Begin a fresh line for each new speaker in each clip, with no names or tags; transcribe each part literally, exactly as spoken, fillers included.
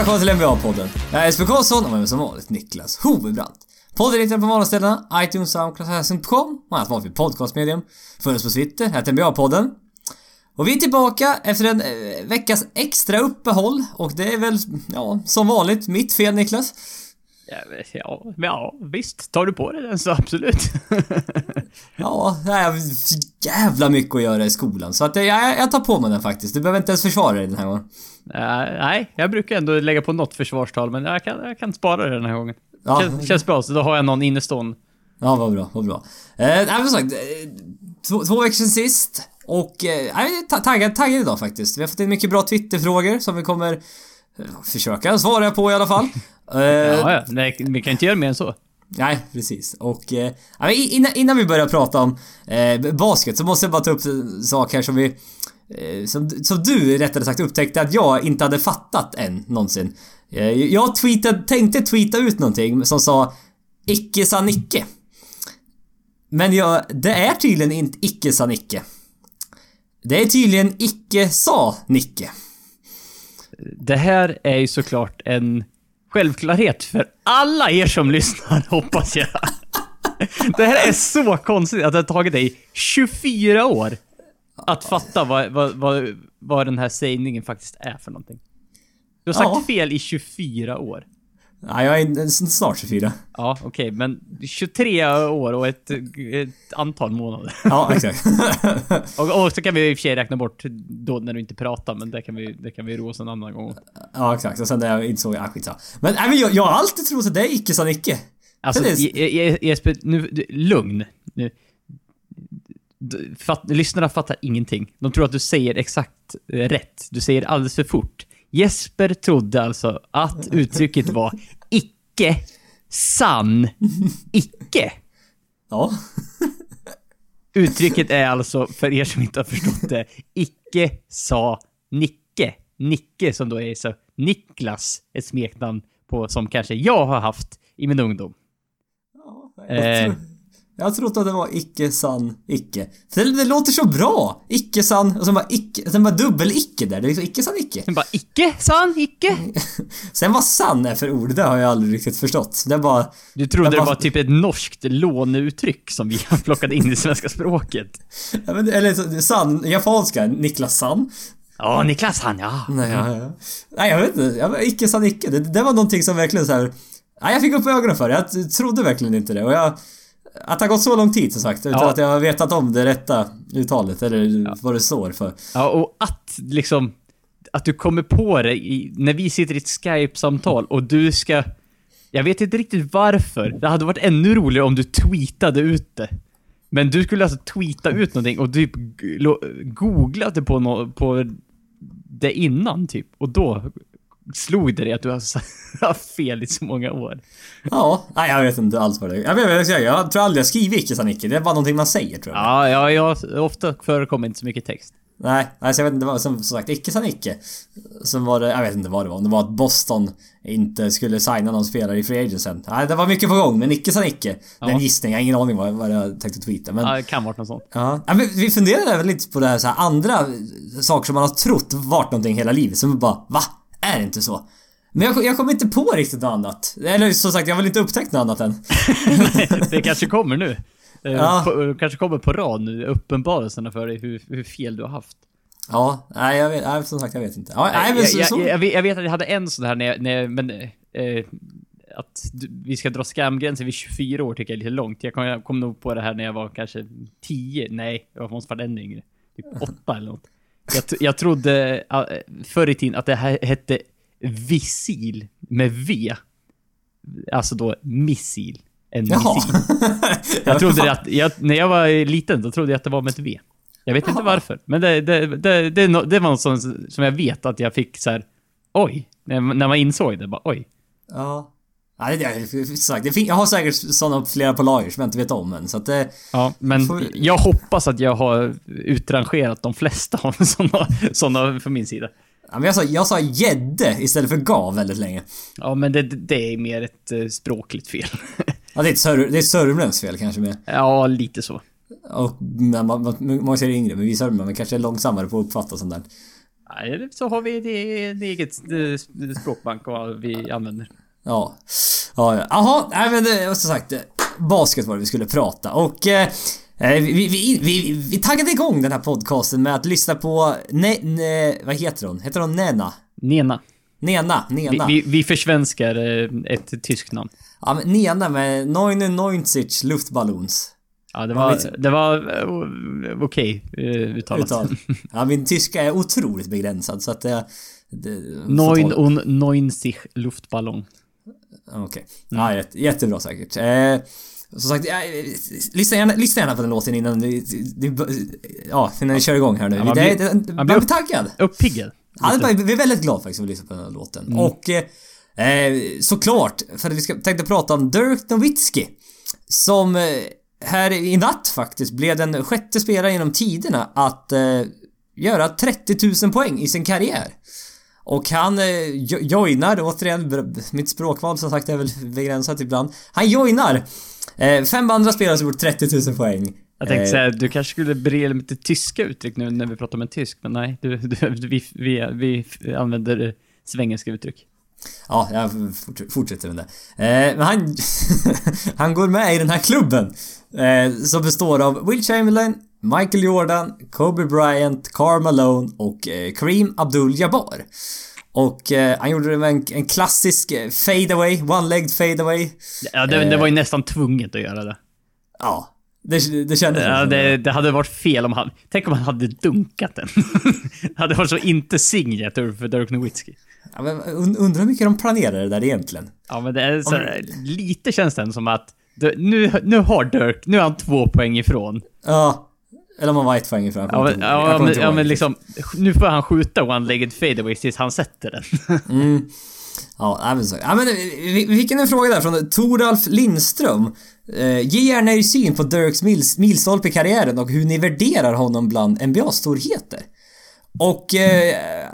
välkomna till N B A-podden. Jag är Jesper Karlsson och jag är som vanligt Niklas Hovebrant. Podden hittar på vanliga ställena, iTunes, SoundCloud punkt com och allt vanligt podcastmedium. Följ oss på Twitter, heter N B A-podden. Och vi är tillbaka efter en eh, veckas extra uppehåll. Och det är väl, ja, som vanligt, mitt fel, Niklas.
Ja, ja, visst. Tar du på det den så absolut.
Ja, det är jävla mycket att göra i skolan. Så att jag, jag tar på mig den faktiskt. Du behöver inte ens försvara dig den här gången.
Uh, nej, jag brukar ändå lägga på något försvarstal. Men jag kan, jag kan spara det den här gången.
Ja.
Känns, känns bra, så då har jag någon innestånd.
Ja, vad bra, vad bra. Eh, nej, som sagt, två, två veckor sedan sist. Och eh, jag är taggad, taggad idag faktiskt. Vi har fått in mycket bra Twitterfrågor som vi kommer eh, försöka svara på i alla fall.
Uh, ja, ja. Nej, vi kan inte göra mer än så.
Nej, precis. Och eh, innan, innan vi börjar prata om eh, basket så måste jag bara ta upp en sak här som vi eh, som, som du rättare sagt upptäckte att jag inte hade fattat än någonsin. Eh, jag tweetade, tänkte tweeta ut någonting som sa icke sa Nicke. Men jag, det är tydligen inte icke sa Nicke. Det är tydligen icke sa Nicke.
Det här är ju såklart en självklarhet för alla er som lyssnar, hoppas jag. Det här är så konstigt att det har tagit dig tjugofyra år att fatta vad, vad, vad, vad den här sägningen faktiskt är för någonting. Du har sagt ja. fel i tjugofyra år.
Ja, jag är snart tjugofyra.
Ja, okej, okay, men tjugotre år och ett, ett antal månader.
Ja, exakt.
och, och så kan vi i och för sig räkna bort då när du inte pratar, men det kan vi, det kan vi rosa en annan gång.
Ja, exakt. Och sen när jag insåg jag, ah, skit så. Men, nej, men jag, jag har alltid trott att det är icke sa Nicke.
Alltså, är... Jesper, nu, lugn. Nu. Fatt, lyssnarna fattar ingenting. De tror att du säger exakt rätt. Du säger alldeles för fort. Jesper trodde alltså att uttrycket var icke sann icke.
Ja.
Uttrycket är alltså, för er som inte har förstått det, icke sa Nicke. Nicke som då är så Niklas, ett smeknamn på som kanske jag har haft i min ungdom.
Ja, jag, tror, jag har trott att det var icke sann icke. Det, det låter så bra. Icke sann och sen bara icke, sen bara dubbel icke där. Det är liksom icke sann icke.
Sen bara icke sann icke.
Sen vad sann är för ord, det har jag aldrig riktigt förstått. Det är bara
Du trodde det,
bara...
var typ ett norskt låneuttryck som vi har plockat in i svenska språket.
Ja, men, eller sann, japanska, Niklas sann.
Ja, Niklas han, ja.
Nej, ja, ja. Nej, jag vet inte. Jag var icke sann icke. Det, det var någonting som verkligen så här. Nej, jag fick upp ögonen för det. Jag trodde verkligen inte det. Och jag att det har gått så lång tid som sagt utan ja. att jag har vetat om det rätta uttalet eller ja. vad det står för.
Ja, och att liksom att du kommer på det i, när vi sitter i ett Skype-samtal och du ska, jag vet inte riktigt varför. Det hade varit ännu roligare om du tweetade ut det. Men du skulle alltså tweeta ut någonting och typ googlade på, no, på det innan typ. Och då slog det dig att du har haft fel i så många år.
Ja, nej, jag vet inte alls vad det är. Jag, vet, jag, jag tror aldrig jag skriver icke sa Nicke. Det är bara någonting man säger, tror jag.
Ja, ja, jag ofta förekommer inte så mycket text.
Nej, alltså jag vet inte, det var som, som sagt icke sa Nicke. Som var det, jag vet inte vad det var. Det var att Boston inte skulle signa någon spelare i free agent sen. Nej, det var mycket på gång, men icke sa Nicke. Ja. Den gissning, jag har ingen aning vad, vad jag tänkte tweeta. Men,
ja, det kan vara något sånt.
Ja, ja men vi funderade väl lite på det här, så här andra saker som man har trott varit någonting hela livet. Som bara, va? Är det inte så? Men jag, jag kommer inte på riktigt något annat. Eller som sagt, jag har väl inte upptäckt något annat än.
Det kanske kommer nu.
Ja.
På, kanske kommer på rad nu, uppenbarelserna för dig hur, hur fel du har haft.
Ja, nej, jag vet, nej, som sagt, jag vet inte. Ja, nej, men
jag,
så,
jag,
så.
Jag, vet, jag vet att jag hade en sån här när jag, när jag, men eh, att vi ska dra skamgränsen vid tjugofyra år tycker jag är lite långt. Jag kom, jag kom nog på det här när jag var kanske tio. Nej, jag måste vara ännu yngre. Typ åtta eller något. Jag, jag trodde förr i tiden att det här hette vissil med V. Alltså då missil. En missil. Jag trodde det att jag, när jag var liten då trodde jag att det var med ett V. Jag vet inte varför. Men det, det, det, det, det var något som, som jag vet att jag fick så här. Oj. När, när man insåg det. Bara, oj.
Ja. Ja, det är sagt. Det fin- jag har säkert sådana flera på lager som jag inte vet om än. Så att det,
ja, men får... jag hoppas att jag har utrangerat de flesta av sådana, sådana för min sida.
Ja, men jag sa, jag sa gädde istället för gav väldigt länge.
Ja, men det, det är mer ett uh, språkligt fel.
Ja, det är ett sör, det är sörmländskt fel kanske mer.
Ja, lite så.
Och man, man, man, man ser det yngre, men vi sörmlänningar kanske är långsammare på att uppfatta sånt där.
Nej, så har vi det, det eget språkbank och vi använder.
Ja. Ja, jaha, nej men det var som sagt basket var det vi skulle prata och eh, vi, vi, vi, vi, vi taggade igång den här podcasten med att lyssna på ne, ne, vad heter hon? Heter hon Nena?
Nena.
Nena, Nena.
Vi, vi, vi försvenskar ett tyskt namn.
Ja, men Nena med neunundneunzig Luftballons.
Ja, det var, det var uh, okej okay, uh, uttalat. Uttal.
Ja, min tyska är otroligt begränsad så att det... det
neunundneunzig Luftballon.
Okej. Okay. Mm. Ja, jätte, jättebra säkert. Eh, som sagt, ja, lyssna, gärna, lyssna gärna på den låten innan du, du, ja, innan vi kör igång här nu.
Ja, man
blir,
det,
det, man blir upp, taggad.
Uppiggad.
Ja, vi är väldigt glada faktiskt att lyssna på den här låten. Mm. Och eh, såklart, för att vi ska, tänkte prata om Dirk Nowitzki. Som eh, här i natt faktiskt blev den sjätte spelaren genom tiderna att eh, göra trettio tusen poäng i sin karriär. Och han eh, joinar, återigen, mitt språkval som sagt är väl begränsat ibland. Han joinar eh, fem andra spelare som gjort trettio tusen poäng.
Jag tänkte eh, säga, du kanske skulle bredda lite tyska uttryck nu när vi pratar om en tysk. Men nej, du, du, vi, vi, vi använder svengelska uttryck.
Ja, jag fortsätter med det. Eh, men han, han går med i den här klubben eh, som består av Will Chamberlain, Michael Jordan, Kobe Bryant, Karl Malone och eh, Kareem Abdul-Jabbar. Och eh, han gjorde det med en, en klassisk eh, fadeaway, one-legged fadeaway.
Ja, det, eh, det var ju nästan tvunget att göra det.
Ja, det, det kändes
ja, det, det hade varit fel om han... Tänk om han hade dunkat den. Det hade varit så inte signatur för Dirk Nowitzki.
Ja, men undrar hur mycket de planerade det där egentligen.
Ja, men det är så, om... lite känns det som att nu, nu har Dirk, nu är han två poäng ifrån.
Ja. Eller om man var ett poäng ifrån.
Ja, men, ja, men, ja, men liksom, nu får han skjuta one-legged fadeaway tills han sätter den.
mm. Ja, men så. Ja, men vi, vi fick en fråga där från Toralf Lindström. Eh, ge gärna er syn på Dirks mils, milstolpe i karriären och hur ni värderar honom bland N B A-storheter. Och eh,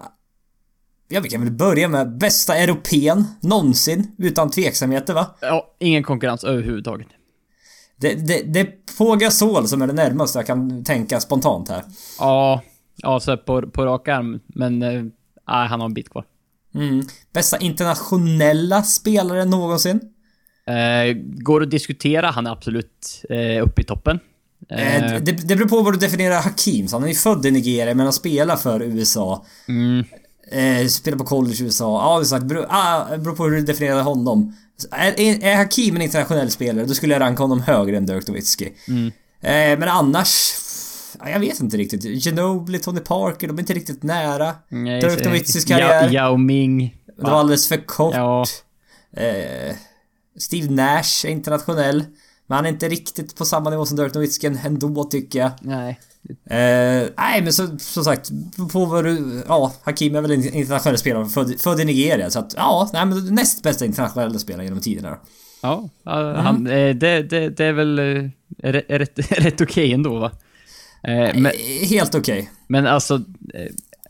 ja, vi kan väl börja med bästa europeen någonsin, utan tveksamheter, va?
Ja, ingen konkurrens överhuvudtaget.
Det, det, det är på Gasol som är det närmaste jag kan tänka spontant här.
Ja, ja så på, på rak arm. Men äh, han har en bit kvar.
Mm. Bästa internationella spelare någonsin?
Eh, går att diskutera. Han är absolut eh, uppe i toppen.
Eh, eh, det, det beror på vad du definierar Hakim. Så han är ju född i Nigeria men han spelar för U S A.
Mm.
Eh, spelar på college i U S A. Ja, det sagt, beror, ah, beror på hur du definierar honom. Är, är Hakim en internationell spelare, då skulle jag ranka honom högre än Dirk Nowitzki.
Mm.
Eh, men annars... Jag vet inte riktigt. Ginobili, Tony Parker, de är inte riktigt nära.
Nej,
Dirk Nowitzkis karriär.
Yao Ming.
Det var alldeles för kort.
Ja.
Eh, Steve Nash är internationell. Men han är inte riktigt på samma nivå som Dirk Nowitzki ändå, tycker jag.
Nej.
Eh, nej, men så, som sagt, på vad du... Ja, Hakim är väl en internationell spelare född, född i Nigeria. Så att, ja, nej, men näst bästa internationella spelare genom tiderna då.
Ja, han, mm. det, det, det är väl rätt, rätt, rätt okej okay ändå, va? Eh, men,
Helt okej. Okay.
Men alltså... Eh,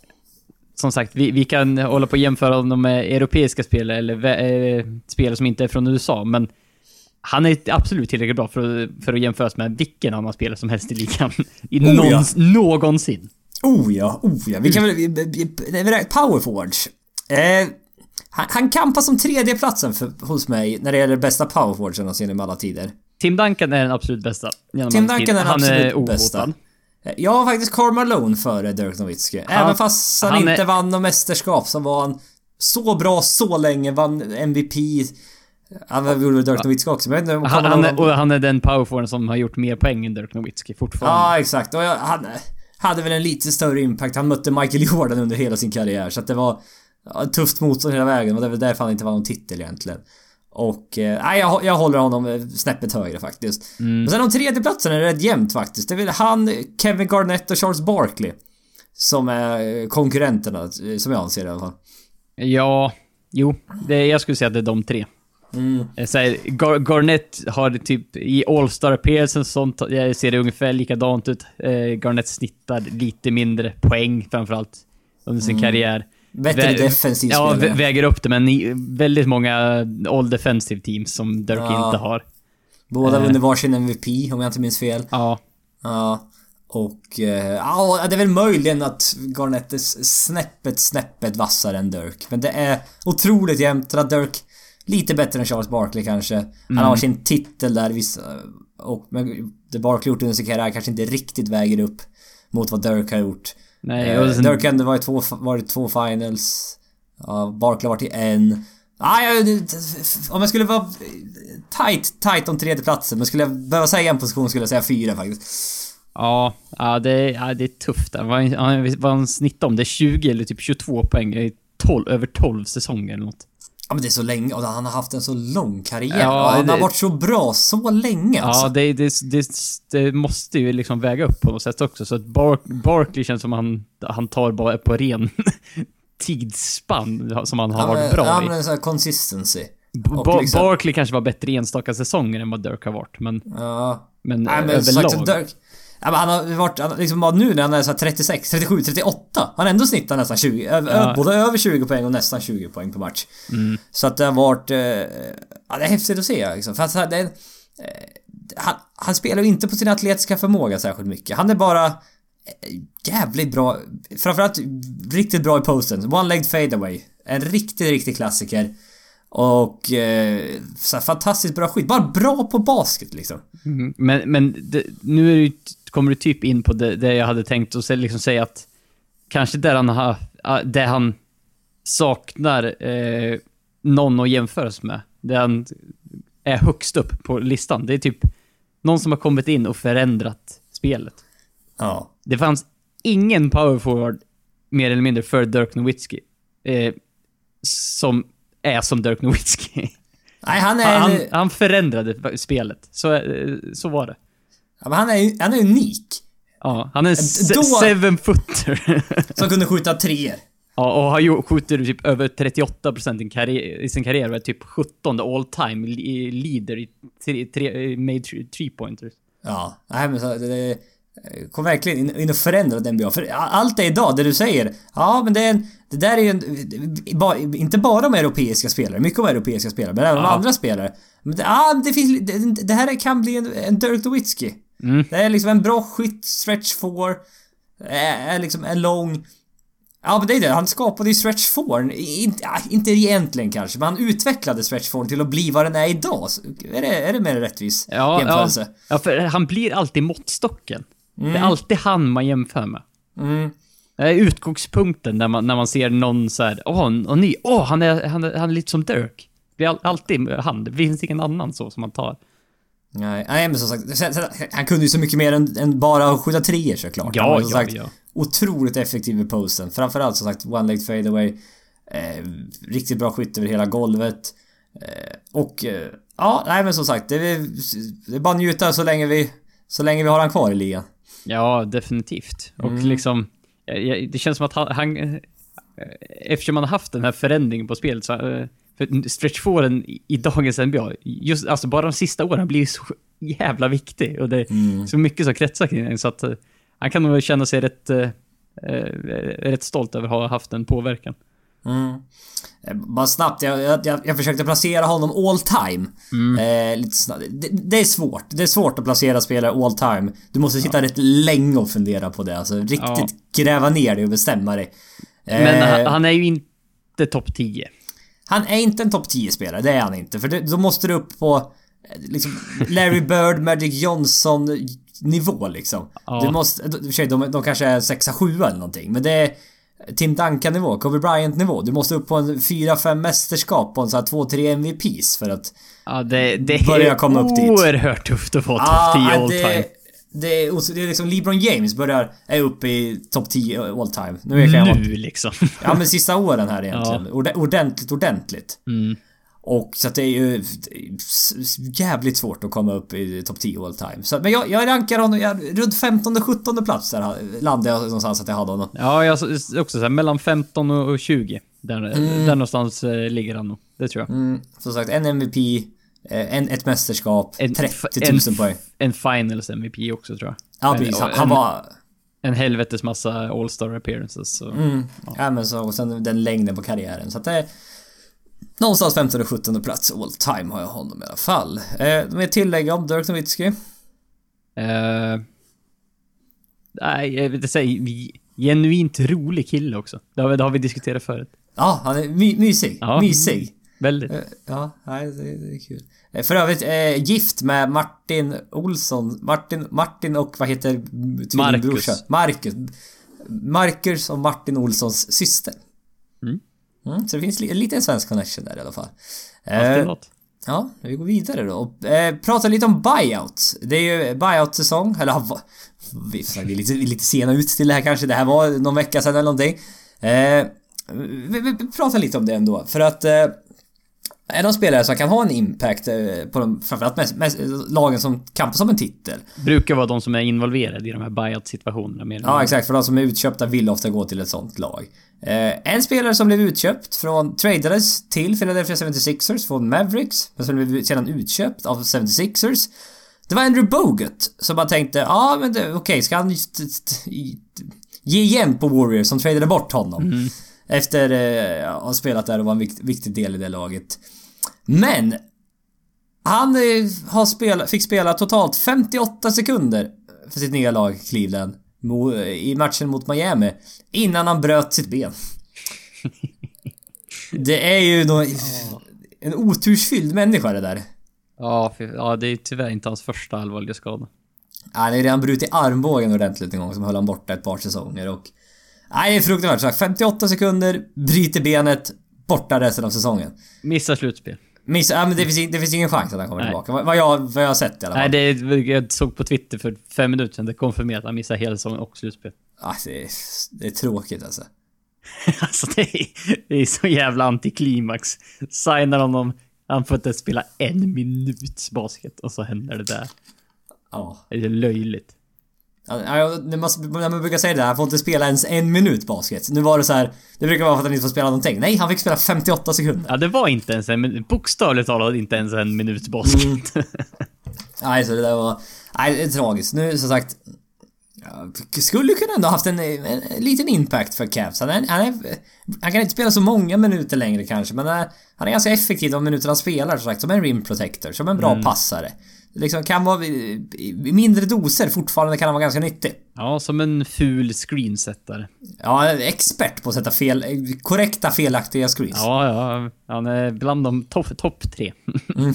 som sagt, vi, vi kan hålla på och jämföra honom med europeiska spelare eller eh, spelare som inte är från U S A, men han är absolut tillräckligt bra för, för att jämföras med vilken annan spelare som helst i ligan i
oh,
någons, ja. någonsin.
Oh ja, oh ja. Vi kan väl... Power forwards. Eh, han, han kampar som tredje platsen för, hos mig när det gäller bästa power forwards genom alla tider.
Tim Duncan är den absolut bästa.
Tim Duncan är den
han
absolut
är
bästa. Jag har faktiskt Karl Malone före Dirk Nowitzki.
Han,
Även fast han, han inte är... vann någon mästerskap så var han så bra så länge, vann M V P. Han gjorde Dirk Nowitzki också. Men han,
han, han, är, och han är den powerforwarden som har gjort mer poäng än Dirk Nowitzki fortfarande.
Ja, exakt. Och jag, han hade väl en lite större impact. Han mötte Michael Jordan under hela sin karriär. Så att det var ja, tufft motstånd hela vägen. Och det var därför han inte vann någon titel egentligen. Och eh, jag, jag håller honom snäppet högre faktiskt.
Mm.
Men sen om tredje platsen är det rätt jämnt faktiskt. Det är väl han, Kevin Garnett och Charles Barkley som är konkurrenterna, som jag anser i alla fall.
Ja, jo. Det, jag skulle säga att det är de tre.
Mm.
Så här, Gar- Garnett har typ i All-Star appearance och sånt, jag ser det ungefär likadant ut. eh, Garnett snittar lite mindre poäng framförallt under sin mm. karriär.
Bättre Vä- defensiv
ja,
spelare.
vä- väger upp det, men väldigt många all defensive teams som Dirk ja. inte har.
Båda vunnit varsin M V P om jag inte minns fel.
Ja.
Ja. Och eh, ja, det är väl möjligen att Garnett är snäppet, snäppet vassare än Dirk. Men det är otroligt jämnt. Att Dirk lite bättre än Charles Barkley kanske. Han
Mm.
har sin titel där vissa, och men det Barkley gjort under sin karriär kanske inte riktigt väger upp mot vad Dirk har gjort.
Nej,
eh,
och sen,
Dirk ändå var i två, var i två finals. Ja, Barkley har varit i en. Ah, ja, om jag skulle vara tight, tight om tredje platsen, men skulle jag behöva säga en position skulle jag säga fyra faktiskt.
ja, ja, det är, ja, det är tufft där. Vad han, vad han snittar om? Det är tjugo eller typ tjugotvå poäng i tolv, över tolv säsonger eller något.
Ja, men det är så länge, och han har haft en så lång karriär.
Ja,
och han
det,
har varit så bra så länge alltså.
Ja, det, det, det, det måste ju liksom väga upp på något sätt också. Så att Bark, Barkley känns som han, han tar bara på ren tidsspann som han har
ja,
varit
men,
bra
ja,
i.
men en sån här consistency.
Ba-
liksom,
Barkley kanske var bättre i enstaka säsonger än vad Dirk har varit, men,
ja.
men,
Nej, men
överlag.
sagt, Dirk, ja, men han har varit, han, liksom bara nu när han är så här trettiosex, trettiosju, trettioåtta. Han har ändå snittat nästan tjugo, ö,
Ja.
både över tjugo poäng och nästan tjugo poäng per match.
Mm.
Så att det har varit, eh, ja, det är häftigt att se liksom. För att det är, eh, han, han spelar ju inte på sin atletiska förmåga särskilt mycket. Han är bara eh, jävligt bra, framförallt riktigt bra i posten. One-legged fadeaway, en riktigt, riktigt klassiker. Och eh, så här, fantastiskt bra skit. Bara bra på basket liksom.
Mm. Men, men det, nu är det, kommer du typ in på det, det jag hade tänkt att liksom säga att kanske där han, har, där han saknar eh, någon att jämföras med. Där han är högst upp på listan. Det är typ någon som har kommit in och förändrat spelet.
Ja.
Det fanns ingen power forward mer eller mindre för Dirk Nowitzki eh, som är som Dirk Nowitzki.
Nej, han är
Han,
en,
han förändrade spelet. Så, eh, så var det.
ja, men han är han är unik.
Ja, han är en
Då-
seven footer.
Som kunde skjuta treor.
Ja, och har ju skjutit typ över trettioåtta procent i, karriär, i sin karriär och är typ sjutton all time leader i tre, tre, made three pointers.
Ja, nej men så det, det kom verkligen in, in och förändrade N B A. För allt det idag, det du säger, ja men det, är en, det där är ju en, ba, inte bara om europeiska spelare, mycket om europeiska spelare, men även om
Ja.
andra spelare. Men det, ja, det, finns, det, det här kan bli en, en Dirk Nowitzki.
Mm.
Det är liksom en bra skytt, stretch four, är, är liksom en lång. Ja, men det är det. Han skapade ju stretch four. Inte, ja, inte egentligen kanske, men han utvecklade stretch four till att bli vad den är idag. Så är det, är det mer rättvis
Ja, ja,
jämförelse?
ja, för han blir alltid måttstocken.
Mm.
Det är alltid han man jämför med.
Mm.
Det är utgångspunkten när man, när man ser någon så här, åh, och ny, åh, han är, han är, han är lite som Dirk. Det är all, alltid han. Det finns ingen annan så som man tar.
Nej, nej, men som sagt, sen- sen- han kunde ju så mycket mer än, än bara att skjuta treor såklart.
Ja,
Han var, som
ja,
sagt,
ja.
otroligt effektiv i posten. Framförallt som sagt one-legged fadeaway. Eh, riktigt bra skytt över hela golvet. Eh, och eh, ja, nej men som sagt, det är, det är bara njuta så länge vi så länge vi har han kvar i ligan.
Ja, definitivt. Och
Mm.
liksom, eh, det känns som att han, han eh, eftersom man har haft den här förändringen på spelet så, eh, för stretch foren i, i dagens N B A, just, alltså bara de sista åren blir så jävla viktig och det är
Mm.
så mycket som kretsar kring den, så att eh, han kan nog känna sig rätt eh, eh, rätt stolt över att ha haft en påverkan.
Mm. Eh, Bara snabbt, jag, jag, jag försökte placera honom all time.
Mm.
Eh, lite snabbt. Det, det är svårt. Det är svårt att placera spelare all time. Du måste sitta rätt länge och fundera på det. Alltså riktigt
Ja.
gräva ner dig och bestämma dig. Eh,
Men han, han är ju inte topp tio.
Han är inte en topp tio spelare, det är han inte. För det, då måste du upp på eh, liksom Larry Bird, Magic Johnson nivå liksom.
Ja.
Du måste, de, de, de, de kanske är sexa sju eller någonting. Men det är Tim Duncan nivå, Kobe Bryant nivå. Du måste upp på en fyra fem mästerskap på en så här två tre M V P's för att
Ja, det, det
Börjar
är
komma upp dit.
oerhört tufft att få topp tio all
det,
time.
Det är, det är liksom LeBron James börjar är uppe i topp tio all time. Nu är jag
Nu liksom.
Ja, men sista åren här egentligen.
Ja.
Orde, ordentligt, ordentligt.
Mm.
Och så att det är ju jävligt svårt att komma upp i topp tio all time. Så, men jag, jag rankar honom jag, runt femtonde sjuttonde plats där landade jag någonstans att jag hade honom.
Ja, jag också så här, mellan femton och tjugo. Där,
Mm.
där någonstans eh, ligger han nog. Det tror jag.
Mm, som sagt, en M V P, eh, en, ett mästerskap,
En-
trettio
en-
tusen poäng.
En finals M V P också tror jag.
Ja, precis. Han,
en,
han var...
En helvetes massa all-star appearances. Så.
Mm, ja, men så, och sen den längden på karriären. Så att det är någonstans femtonde sjuttonde plats all time har jag honom i alla fall. Eh, med tillägg om Dirk Nowitzki.
Eh, Nej, jag vill inte säga genuint rolig kille också. Det har vi, det har vi diskuterat förut.
Ja, han är my- mysig.
Ja,
mysig.
Väldigt.
Ja, nej, det, det är kul. För övrigt, eh, gift med Martin Olsson. Martin, Martin och vad heter tvillingbrorsan? Marcus. Marcus och Martin Olssons syster.
Mm.
Mm, så det finns li- lite en svensk connection där i alla fall.
Alltid
Eh,
något.
ja, vi går vidare då. Och, eh, prata lite om buyouts. Det är ju buyout-säsong. Eller ha- vi vi är lite, vi är lite sena ut till det här kanske. Det här var någon vecka sedan eller någonting. Eh, vi, vi, vi pratar lite om det ändå. För att... Eh, är de spelare som kan ha en impact på de, framförallt med, med lagen som kampas om en titel.
Brukar vara de som är involverade i de här buyout-situationerna. Mer
Ja, exakt. För de som är utköpta vill ofta gå till ett sånt lag. Eh, en spelare som blev utköpt från tradades till Philadelphia seventy-sixers från Mavericks, men som blev sedan utköpt av seventy-sixers. Det var Andrew Bogut som bara tänkte, ja ah, men okej, okay, ska han just, ge igen på Warriors som tradade bort honom. Mm. Efter eh, att ha spelat där och var en vikt, viktig del i det laget. Men han eh, har spela, fick spela totalt femtioåtta sekunder för sitt nya lag Cleveland mo, i matchen mot Miami innan han bröt sitt ben. Det är ju då, en otursfylld människa det där.
Ja, för, ja, det är tyvärr inte hans första allvarliga skada.
Han är redan brutit armbågen ordentligt en gång som höll han borta ett par säsonger och nej, det är fruktansvärt sagt. femtioåtta sekunder, bryter benet, borta resten av säsongen.
Missar slutspel.
Missa, ja, men det finns, det finns ingen chans att han kommer Nej. tillbaka. Vad, vad, jag, vad jag har sett i alla fall.
Nej, det, jag såg på Twitter för fem minuter sedan. Det konfirmerat att han missar hela säsongen och slutspel.
Ja, det är, det är tråkigt alltså.
Alltså det är, det är så jävla antiklimax. Signar honom, han får inte spela en minut basket och så händer det där.
Ja.
Det är löjligt.
Ja, det måste, när man brukar säga det, han får inte spela ens en minut basket. Nu var det så här, det brukar vara för att han inte får spela någonting. Nej, han fick spela femtioåtta sekunder.
Ja, det var inte ens en minut, bokstavligt talat inte ens en minut basket. Mm.
Nej, så det där var, nej, det är tragiskt. Nu som sagt, jag skulle kunna ändå haft en, en, en liten impact för Cavs. Han, är, han, är, han kan inte spela så många minuter längre kanske, men han är, han är ganska effektiv de minuter han spelar, så sagt, som en rim protector, som en bra mm. passare. Liksom kan vara i mindre doser fortfarande, kan han vara ganska nyttig.
Ja, som en ful screensättare.
Ja, experт på att sätta fel, korrekta felaktiga screens.
Ja, ja, han är bland de topp top tre.
mm.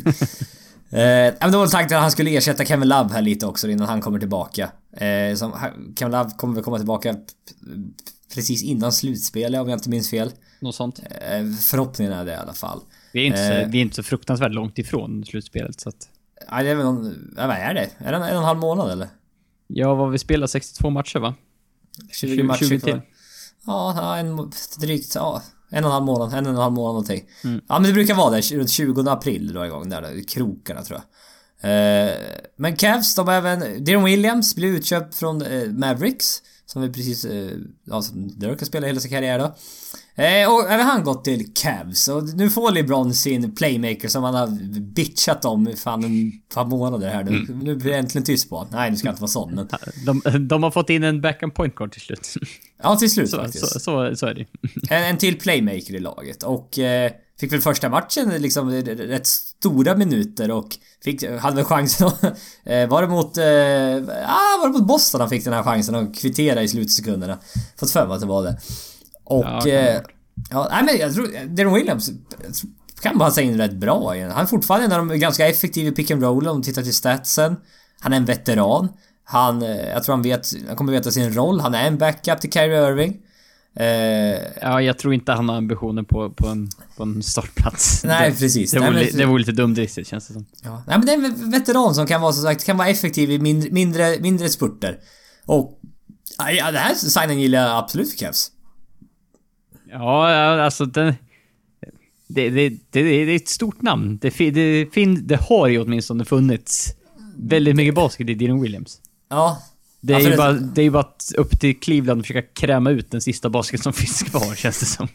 eh, men då var tanken att han skulle ersätta Kevin Love här lite också innan han kommer tillbaka. Eh, som, Kevin Love kommer väl komma tillbaka precis innan slutspel, om jag inte minns fel.
Något sånt.
Eh, förhoppningen är det i alla fall.
Vi är inte, eh, så, vi är inte så fruktansvärt långt ifrån slutspelet, så att...
Ja, det är väl någon, ja, vad är det? Är det en, en och en halv månad eller?
Ja, vad vi spelar sextiotvå matcher va?
tjugo matcher tjugo till. Ja, en drygt, ja, en och en halv månad, en och en halv månad någonting. Mm. Ja, men det brukar vara det runt tjugonde april då igång där, där krokarna tror jag. Eh, men Cavs, de har även Deron Williams blev utköpt från eh, Mavericks, som vi precis eh, ja, som Dirk har spelat hela sin karriär då. Eh, och även han gått till Cavs. Och nu får LeBron sin playmaker som han har bitchat om fan en par månader här nu. Mm. Nu blir det äntligen tyst på. Nej, nu ska inte vara sån. Men...
De, de har fått in en back and point guard till slut.
Ja, till slut
så,
faktiskt.
Så, så, så är det.
En, en till playmaker i laget. Och eh, fick väl första matchen liksom rätt stora minuter. Och fick, hade väl chansen att, eh, var det mot eh, ah, var det mot Boston han fick den här chansen att kvittera i slutsekunderna. Fått för mig att det var det. Och ja, eh, ja, nej men jag tror Deron Williams kan bara säga in rätt bra igen. Han är fortfarande en av de ganska effektiva i pick and roll om du tittar till statsen. Han är en veteran. Han, jag tror han vet, han kommer veta sin roll. Han är en backup till Kyrie Irving. Eh,
ja, jag tror inte han har ambitioner på, på, en, på en startplats.
Nej,
det,
precis.
Det, det,
nej,
var,
men,
det var lite dumdristigt, känns det som.
Ja. Nej, men det är en veteran som kan vara så sagt, kan vara effektiv i mindre, mindre, mindre spurter. Och ja, det här signen gillar jag absolut för Cavs.
Ja, alltså den, det, det, det, det är ett stort namn. Det, det, det har ju åtminstone funnits väldigt mycket basket i Deron Williams.
Ja.
Det är,
ja,
ju bara, det är ju bara upp till Cleveland att försöka kräma ut den sista basket som finns kvar, känns det som.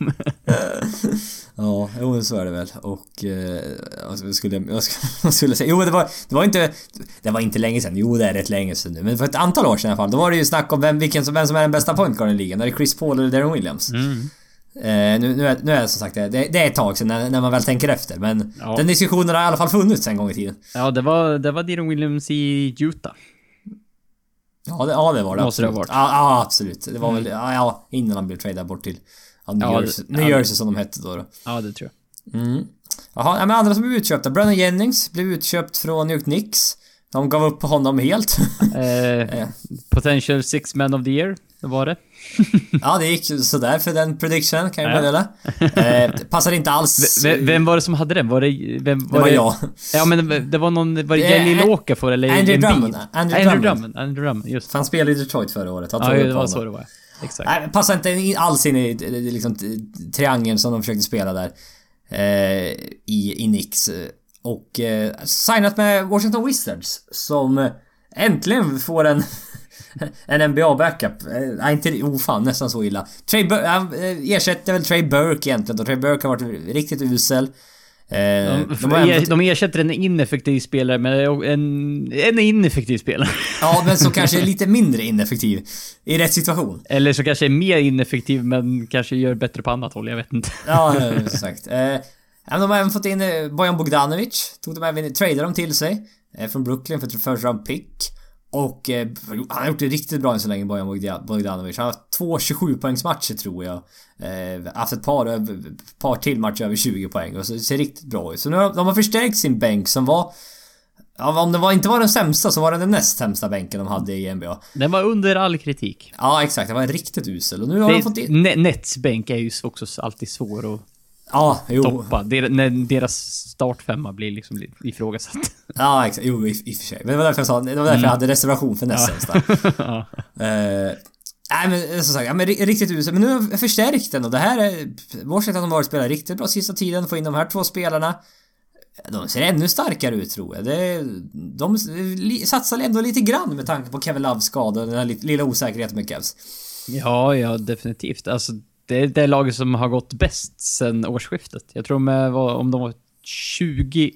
Ja, jo, så är det väl. Och eh, jag skulle jag skulle, skulle säga, jo det var det var inte det var inte länge sedan. Jo, det är rätt länge sedan nu, men för ett antal år sedan i alla fall. Då var det ju snack om vem vilken som vem som är den bästa point guard i ligan. Är det Chris Paul eller Deron Williams? Mm. Eh, nu, nu, är, nu är det som sagt det, det är ett tag sedan när, när man väl tänker efter, men ja. Den diskussionen har i alla fall funnits en gång i tiden.
Ja, det var det var Deron Williams i Utah.
Ja, det, ja, det var det.
Måste det ha varit.
Ja, ja, absolut. Det var
Mm.
väl ja, ja, innan han blev tradad bort till ja, New,
Ja,
Jersey,
det-
New
ja.
Jersey som de hette då. då.
Ja, det tror jag.
Mm. Jaha, ja, men andra som blev utköpta. Brandon Jennings blev utköpt från New York Knicks. De gav upp på honom helt.
Eh, potential six man of the year, det var det.
Ja, det gick sådär för den prediction, kan jag meddela. Eh, passade inte alls.
V- vem var det som hade den? Var det... Vem, var
det var
det,
jag.
Ja, men det var någon... Var det
Det-
Jelly Okafor eller
Andrew
Embiid?
Drummond. Andrew
Andrew
Drummond.
Drummond. Andrew Drummond, just.
För han spelade i Detroit förra året. Han
Ja,
tog upp
det var
honom.
så det var. Exakt.
Nej, passade inte in- alls in i eh, liksom, triangeln som de försökte spela där. Eh, I, i Knicks. Och eh, signat med Washington Wizards. Som äntligen får en en N B A-backup. Nej, inte... Oh fan, nästan så illa. Trey Burke... Han ersätter väl Trey Burke egentligen. Och Trey Burke har varit riktigt usel. Eh,
De,
de har ändå-
de ersätter en ineffektiv spelare med en, en ineffektiv spelare.
Ja, men så kanske lite mindre ineffektiv. I rätt situation.
Eller så kanske är mer ineffektiv men kanske gör bättre på annat håll, jag vet inte.
Ja, exakt. Eh, ja, de har även fått in eh, Bojan Bogdanovic. Tog de även, tradade de till sig. Eh, från Brooklyn för ett first round pick. Och eh, han har gjort det riktigt bra än så länge, Bojan Bogda- Bogdanovic. Han har haft två tjugosju poängsmatcher tror jag. Eh, haft ett par, ett par till matcher över tjugo poäng. Och så det ser riktigt bra ut. Så nu har de har förstärkt sin bänk som var... Ja, om det var, inte var den sämsta så var det den näst sämsta bänken de hade i N B A.
Den var under all kritik.
Ja, exakt. Det var riktigt usel. Och nu har de fått
Det,
in...
Ne- Nets bänk är ju också alltid svår att
Ja, jo.
toppa. Der, när deras startfemma blir liksom li- ifrågasatt.
Ja, exakt. Jo, i, i och för sig. Men det var därför jag sa... Det var därför
Mm.
jag hade reservation för näst sämsta.
Ja.
Eh, nej men som sagt, ja, men ri- riktigt usel. Men nu har jag förstärkt den och det här är... Washington har varit spelat riktigt bra sista tiden. Få in de här två spelarna. De ser ännu starkare ut tror jag. Det, de li, satsar ändå lite grann med tanke på Kevin Loves skada och den här li, lilla osäkerheten med Cavs.
Ja, ja, definitivt. Alltså, det är det laget som har gått bäst sen årsskiftet. Jag tror de var, om de var tjugotvå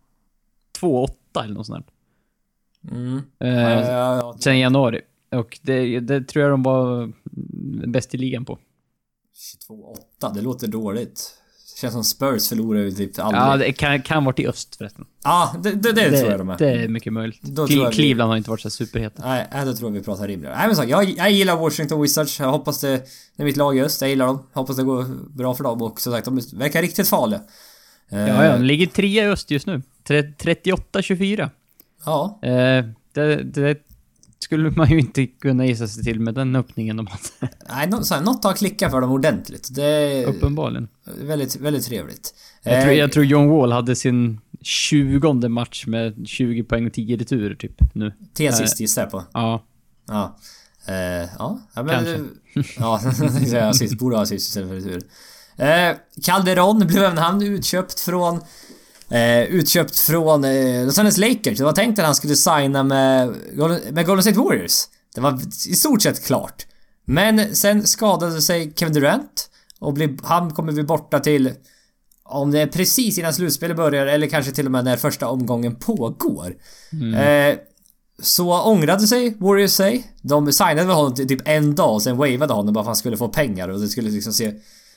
åtta eller något sånt där.
Mm.
Eh,
Ja, ja, ja.
Sen januari. Och det, det tror jag de var bäst i ligan på.
tjugotvå åtta, det låter dåligt. Det känns som Spurs förlorar ju typ aldrig.
Ja, det kan, kan vara till öst förresten.
Ja, det, det, det, tror jag de är.
Det är mycket möjligt.
Då
Cle-
tror jag vi-
Cleveland har inte varit så superheta.
Nej, nej, då tror jag vi pratar rimligare. Nej men så, jag, jag gillar Washington Wizards. Jag hoppas det... Det är mitt lag just. Jag gillar dem. Jag hoppas det går bra för dem. Och som sagt, de verkar riktigt farliga. Eh,
Ja, ja, de ligger trea i öst just nu. Tre- trettioåtta tjugofyra.
Ja.
Eh, det, det skulle man ju inte kunna gissa sig till med den öppningen de hade.
Nej, nå, så här, något har klickat för dem ordentligt. Det är
Uppenbarligen.
väldigt, väldigt trevligt.
Jag tror,
Eh,
jag tror John Wall hade sin tjugonde match med tjugo poäng och tio returer typ nu.
T assist gissar jag på.
Ja.
Ja. Eh, ja. ja, men...
Kanske.
Ja, jag assist. Borde ha assist istället för retur. Eh, Calderon blev även han utköpt från... Eh, utköpt från eh, Los Angeles Lakers. Det var tänkt att han skulle signa med, Golden- med Golden State Warriors. Det var i stort sett klart. Men sen skadade sig Kevin Durant. Och blev, han kommer bli borta till... Om det är precis innan slutspelet börjar eller kanske till och med när första omgången pågår.
Mm.
Eh, så ångrade sig Warriors sig. De signade väl honom till typ en dag och sen wavade honom bara för att han skulle få pengar och det skulle liksom se...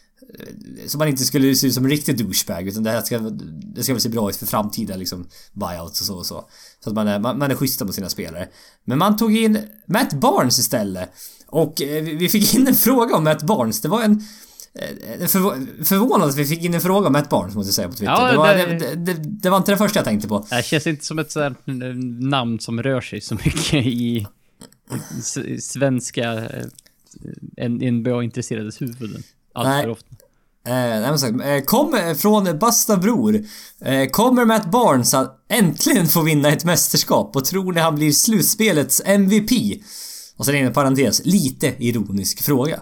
Så man inte skulle se ut som en riktig douchebag utan det här ska, det ska väl se bra ut för framtida liksom buyouts och så och så. Så att man är, man, man är schyssta mot sina spelare. Men man tog in Matt Barnes istället. Och eh, vi fick in en fråga om Matt Barnes. Det var en... eh, Förv- förvånad att vi fick in en fråga om Matt Barnes måste jag säga på Twitter.
Ja,
det, var,
det-
det, det, det var inte det första jag tänkte på.
Det känns inte som ett sådant namn som rör sig så mycket i s- svenska eh, N B A-intresserades huvuden. Allt
Nej.
för ofta.
Eh, nej, men sagt, eh, kommer från Basta Bror. Eh, kommer Matt Barnes att äntligen få vinna ett mästerskap och tror ni han blir slutspelets M V P? Och sen en parentes, lite ironisk fråga.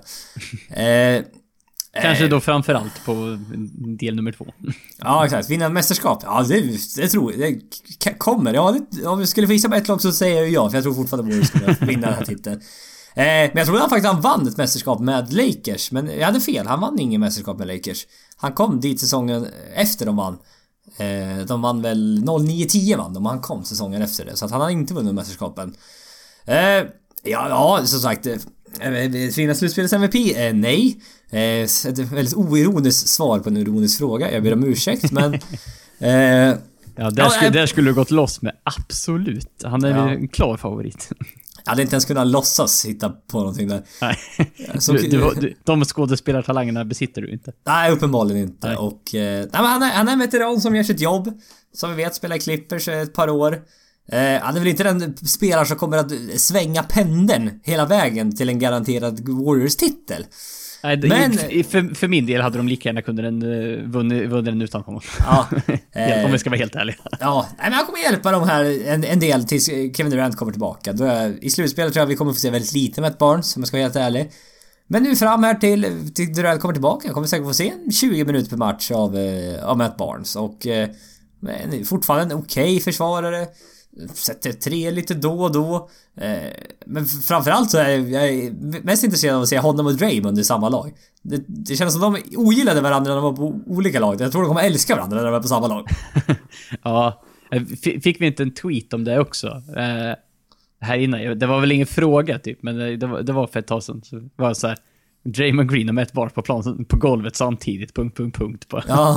Eh,
Kanske
eh,
då framförallt på del nummer två.
Ja, exakt. Vinna ett mästerskap. Ja, det, det tror jag. Det k- kommer. Ja, det, om vi skulle visa på ett lag så säger jag ju ja. För jag tror fortfarande Warriors skulle vinna den här titeln. Eh, men jag trodde han faktiskt han vann ett mästerskap med Lakers. Men jag hade fel. Han vann ingen mästerskap med Lakers. Han kom dit säsongen efter de vann. Eh, de vann väl noll nio tio vann de. Och han kom säsongen efter det. Så att han har inte vunnit mästerskapen. Eh, ja, ja, som sagt. Eh, Fina slutspelets M V P? Eh, nej. Eh, ett väldigt oironiskt svar på en ironisk fråga. Jag ber om ursäkt, men... Eh,
Ja, där,
Ja,
skulle,
äh,
där skulle du gått loss med absolut. Han är
Ja.
en klar favorit.
Jag hade inte ens kunnat låtsas hitta på någonting där.
Nej.
Så,
du, du, du, de skådespelartalangerna besitter du inte.
Nej, uppenbarligen inte.
Nej.
Och, eh, nej, men han, är, han är en veteran som gör sitt jobb. Som vi vet spelar i Clippers ett par år. Eh, han är väl inte den spelare som kommer att svänga pendeln hela vägen till en garanterad Warriors-titel.
Nej, det,
men,
för, för min del hade de lika gärna kunnat uh, vunnit, vunnit den utan honom.
Ja, eh,
om vi ska vara helt ärliga.
Ja, nej, men han kommer hjälpa dem här en, en del tills Kevin Durant kommer tillbaka. Då är, i slutspelet tror jag vi kommer få se väldigt lite med ett Barnes, om jag ska vara helt ärlig. Men nu fram här till, till Durant kommer tillbaka. Jag kommer säkert få se tjugo minuter per match av, av Matt Barnes. Och eh, men fortfarande en okej okay försvarare. Sätter tre lite då och då. Eh, men framförallt så är jag, jag är mest intresserad av att se honom och Draymond i samma lag. Det, det känns som de ogillade varandra när de var på olika lag. Jag tror de kommer älska varandra när de är på samma lag.
Ja, fick vi inte en tweet om det också? Eh, här innan. Det var väl ingen fråga typ, men det var, det var för ett tag sedan. Så var det så här: Draymond Green och Matt Barnes på plan på golvet samtidigt, punkt, punkt, punkt på.
Ja.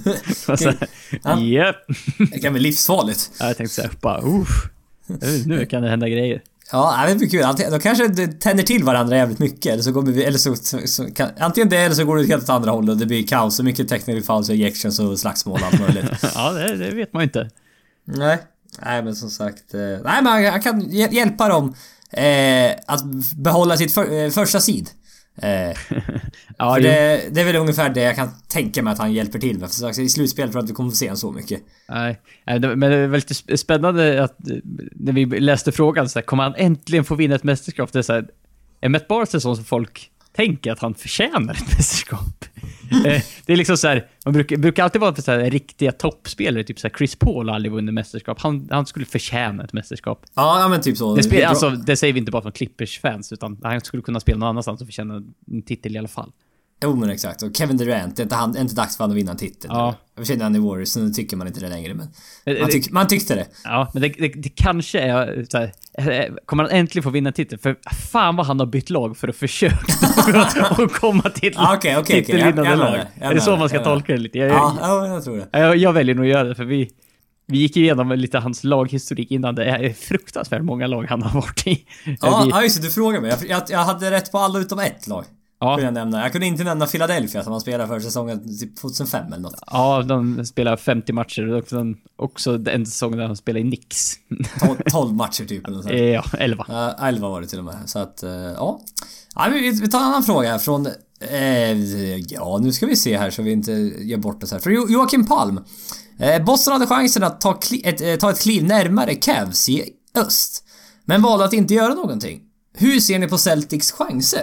Ja. Yep.
Det kan bli livsfarligt.
Ja, jag tänkte så här, bara, uff, nu kan det hända grejer.
Ja, det blir kul. Antingen, de kanske tänder till varandra jävligt mycket. Eller så går vi, eller så, så, så kan, antingen det eller så går det helt åt andra hållet och det blir kaos och mycket technical fouls och ejections och slagsmål och allt möjligt.
Ja, det, det vet man inte.
Nej. Nej, men som sagt, eh, nej, men han kan hjälpa dem eh, att behålla sitt för, eh, första sid. Eh, ja, för det, det är väl ungefär det jag kan tänka mig att han hjälper till med. För i slutspel för att vi kommer få se en så mycket.
Nej, men det är väldigt spännande att när vi läste frågan så här, kommer han äntligen få vinna ett mästerskap? Det är så här, är Matt Barnes så som folk tänker att han förtjänar ett mästerskap? Det är liksom så här, man brukar, brukar alltid vara för så här riktiga toppspelare, typ så här Chris Paul har aldrig vunnit mästerskap. Han, han skulle förtjäna ett mästerskap.
Ja, ja men typ så.
Det, spel, alltså, det säger vi inte bara från Clippers-fans, utan han skulle kunna spela någon annanstans och förtjäna en titel i alla fall.
Jo, men exakt. Och Kevin Durant, det är inte, han, är inte dags för han att vinna en titel.
Ja.
Jag känner han i Warriors, så nu tycker man inte det längre, men man, tyck, man tyckte det.
Ja, men det, det, det kanske är så här, kommer han äntligen få vinna en titel? För fan vad han har bytt lag för att försöka att komma till
ah, okay, okay,
titelvinnande
okay.
lag. Är det så man ska tolka det lite? Jag,
ja, jag, jag tror det.
Jag, jag väljer nog att göra det, för vi Vi gick igenom lite hans laghistorik innan. Det är fruktansvärt många lag han har varit i.
Ja,
vi...
ja just det, du frågade mig. Jag, jag, jag hade rätt på alla utom ett lag.
Ja.
Jag, nämna. jag kunde inte nämna Philadelphia som han spelade för säsongen typ tjugohundrafem eller något.
Ja, de spelar femtio matcher och sen också en säsong där han spelar i Knicks.
tolv matcher typ eller så.
Ja, elva.
Uh, elva var det till och med. Så att, uh, ja. ja vi, vi tar en annan fråga här från... Eh, ja, nu ska vi se här så vi inte gör bort oss här. För jo- Joakim Palm. Eh, Boston hade chansen att ta, kli- ett, eh, ta ett kliv närmare Cavs i öst. Men valde att inte göra någonting. Hur ser ni på Celtics chanser?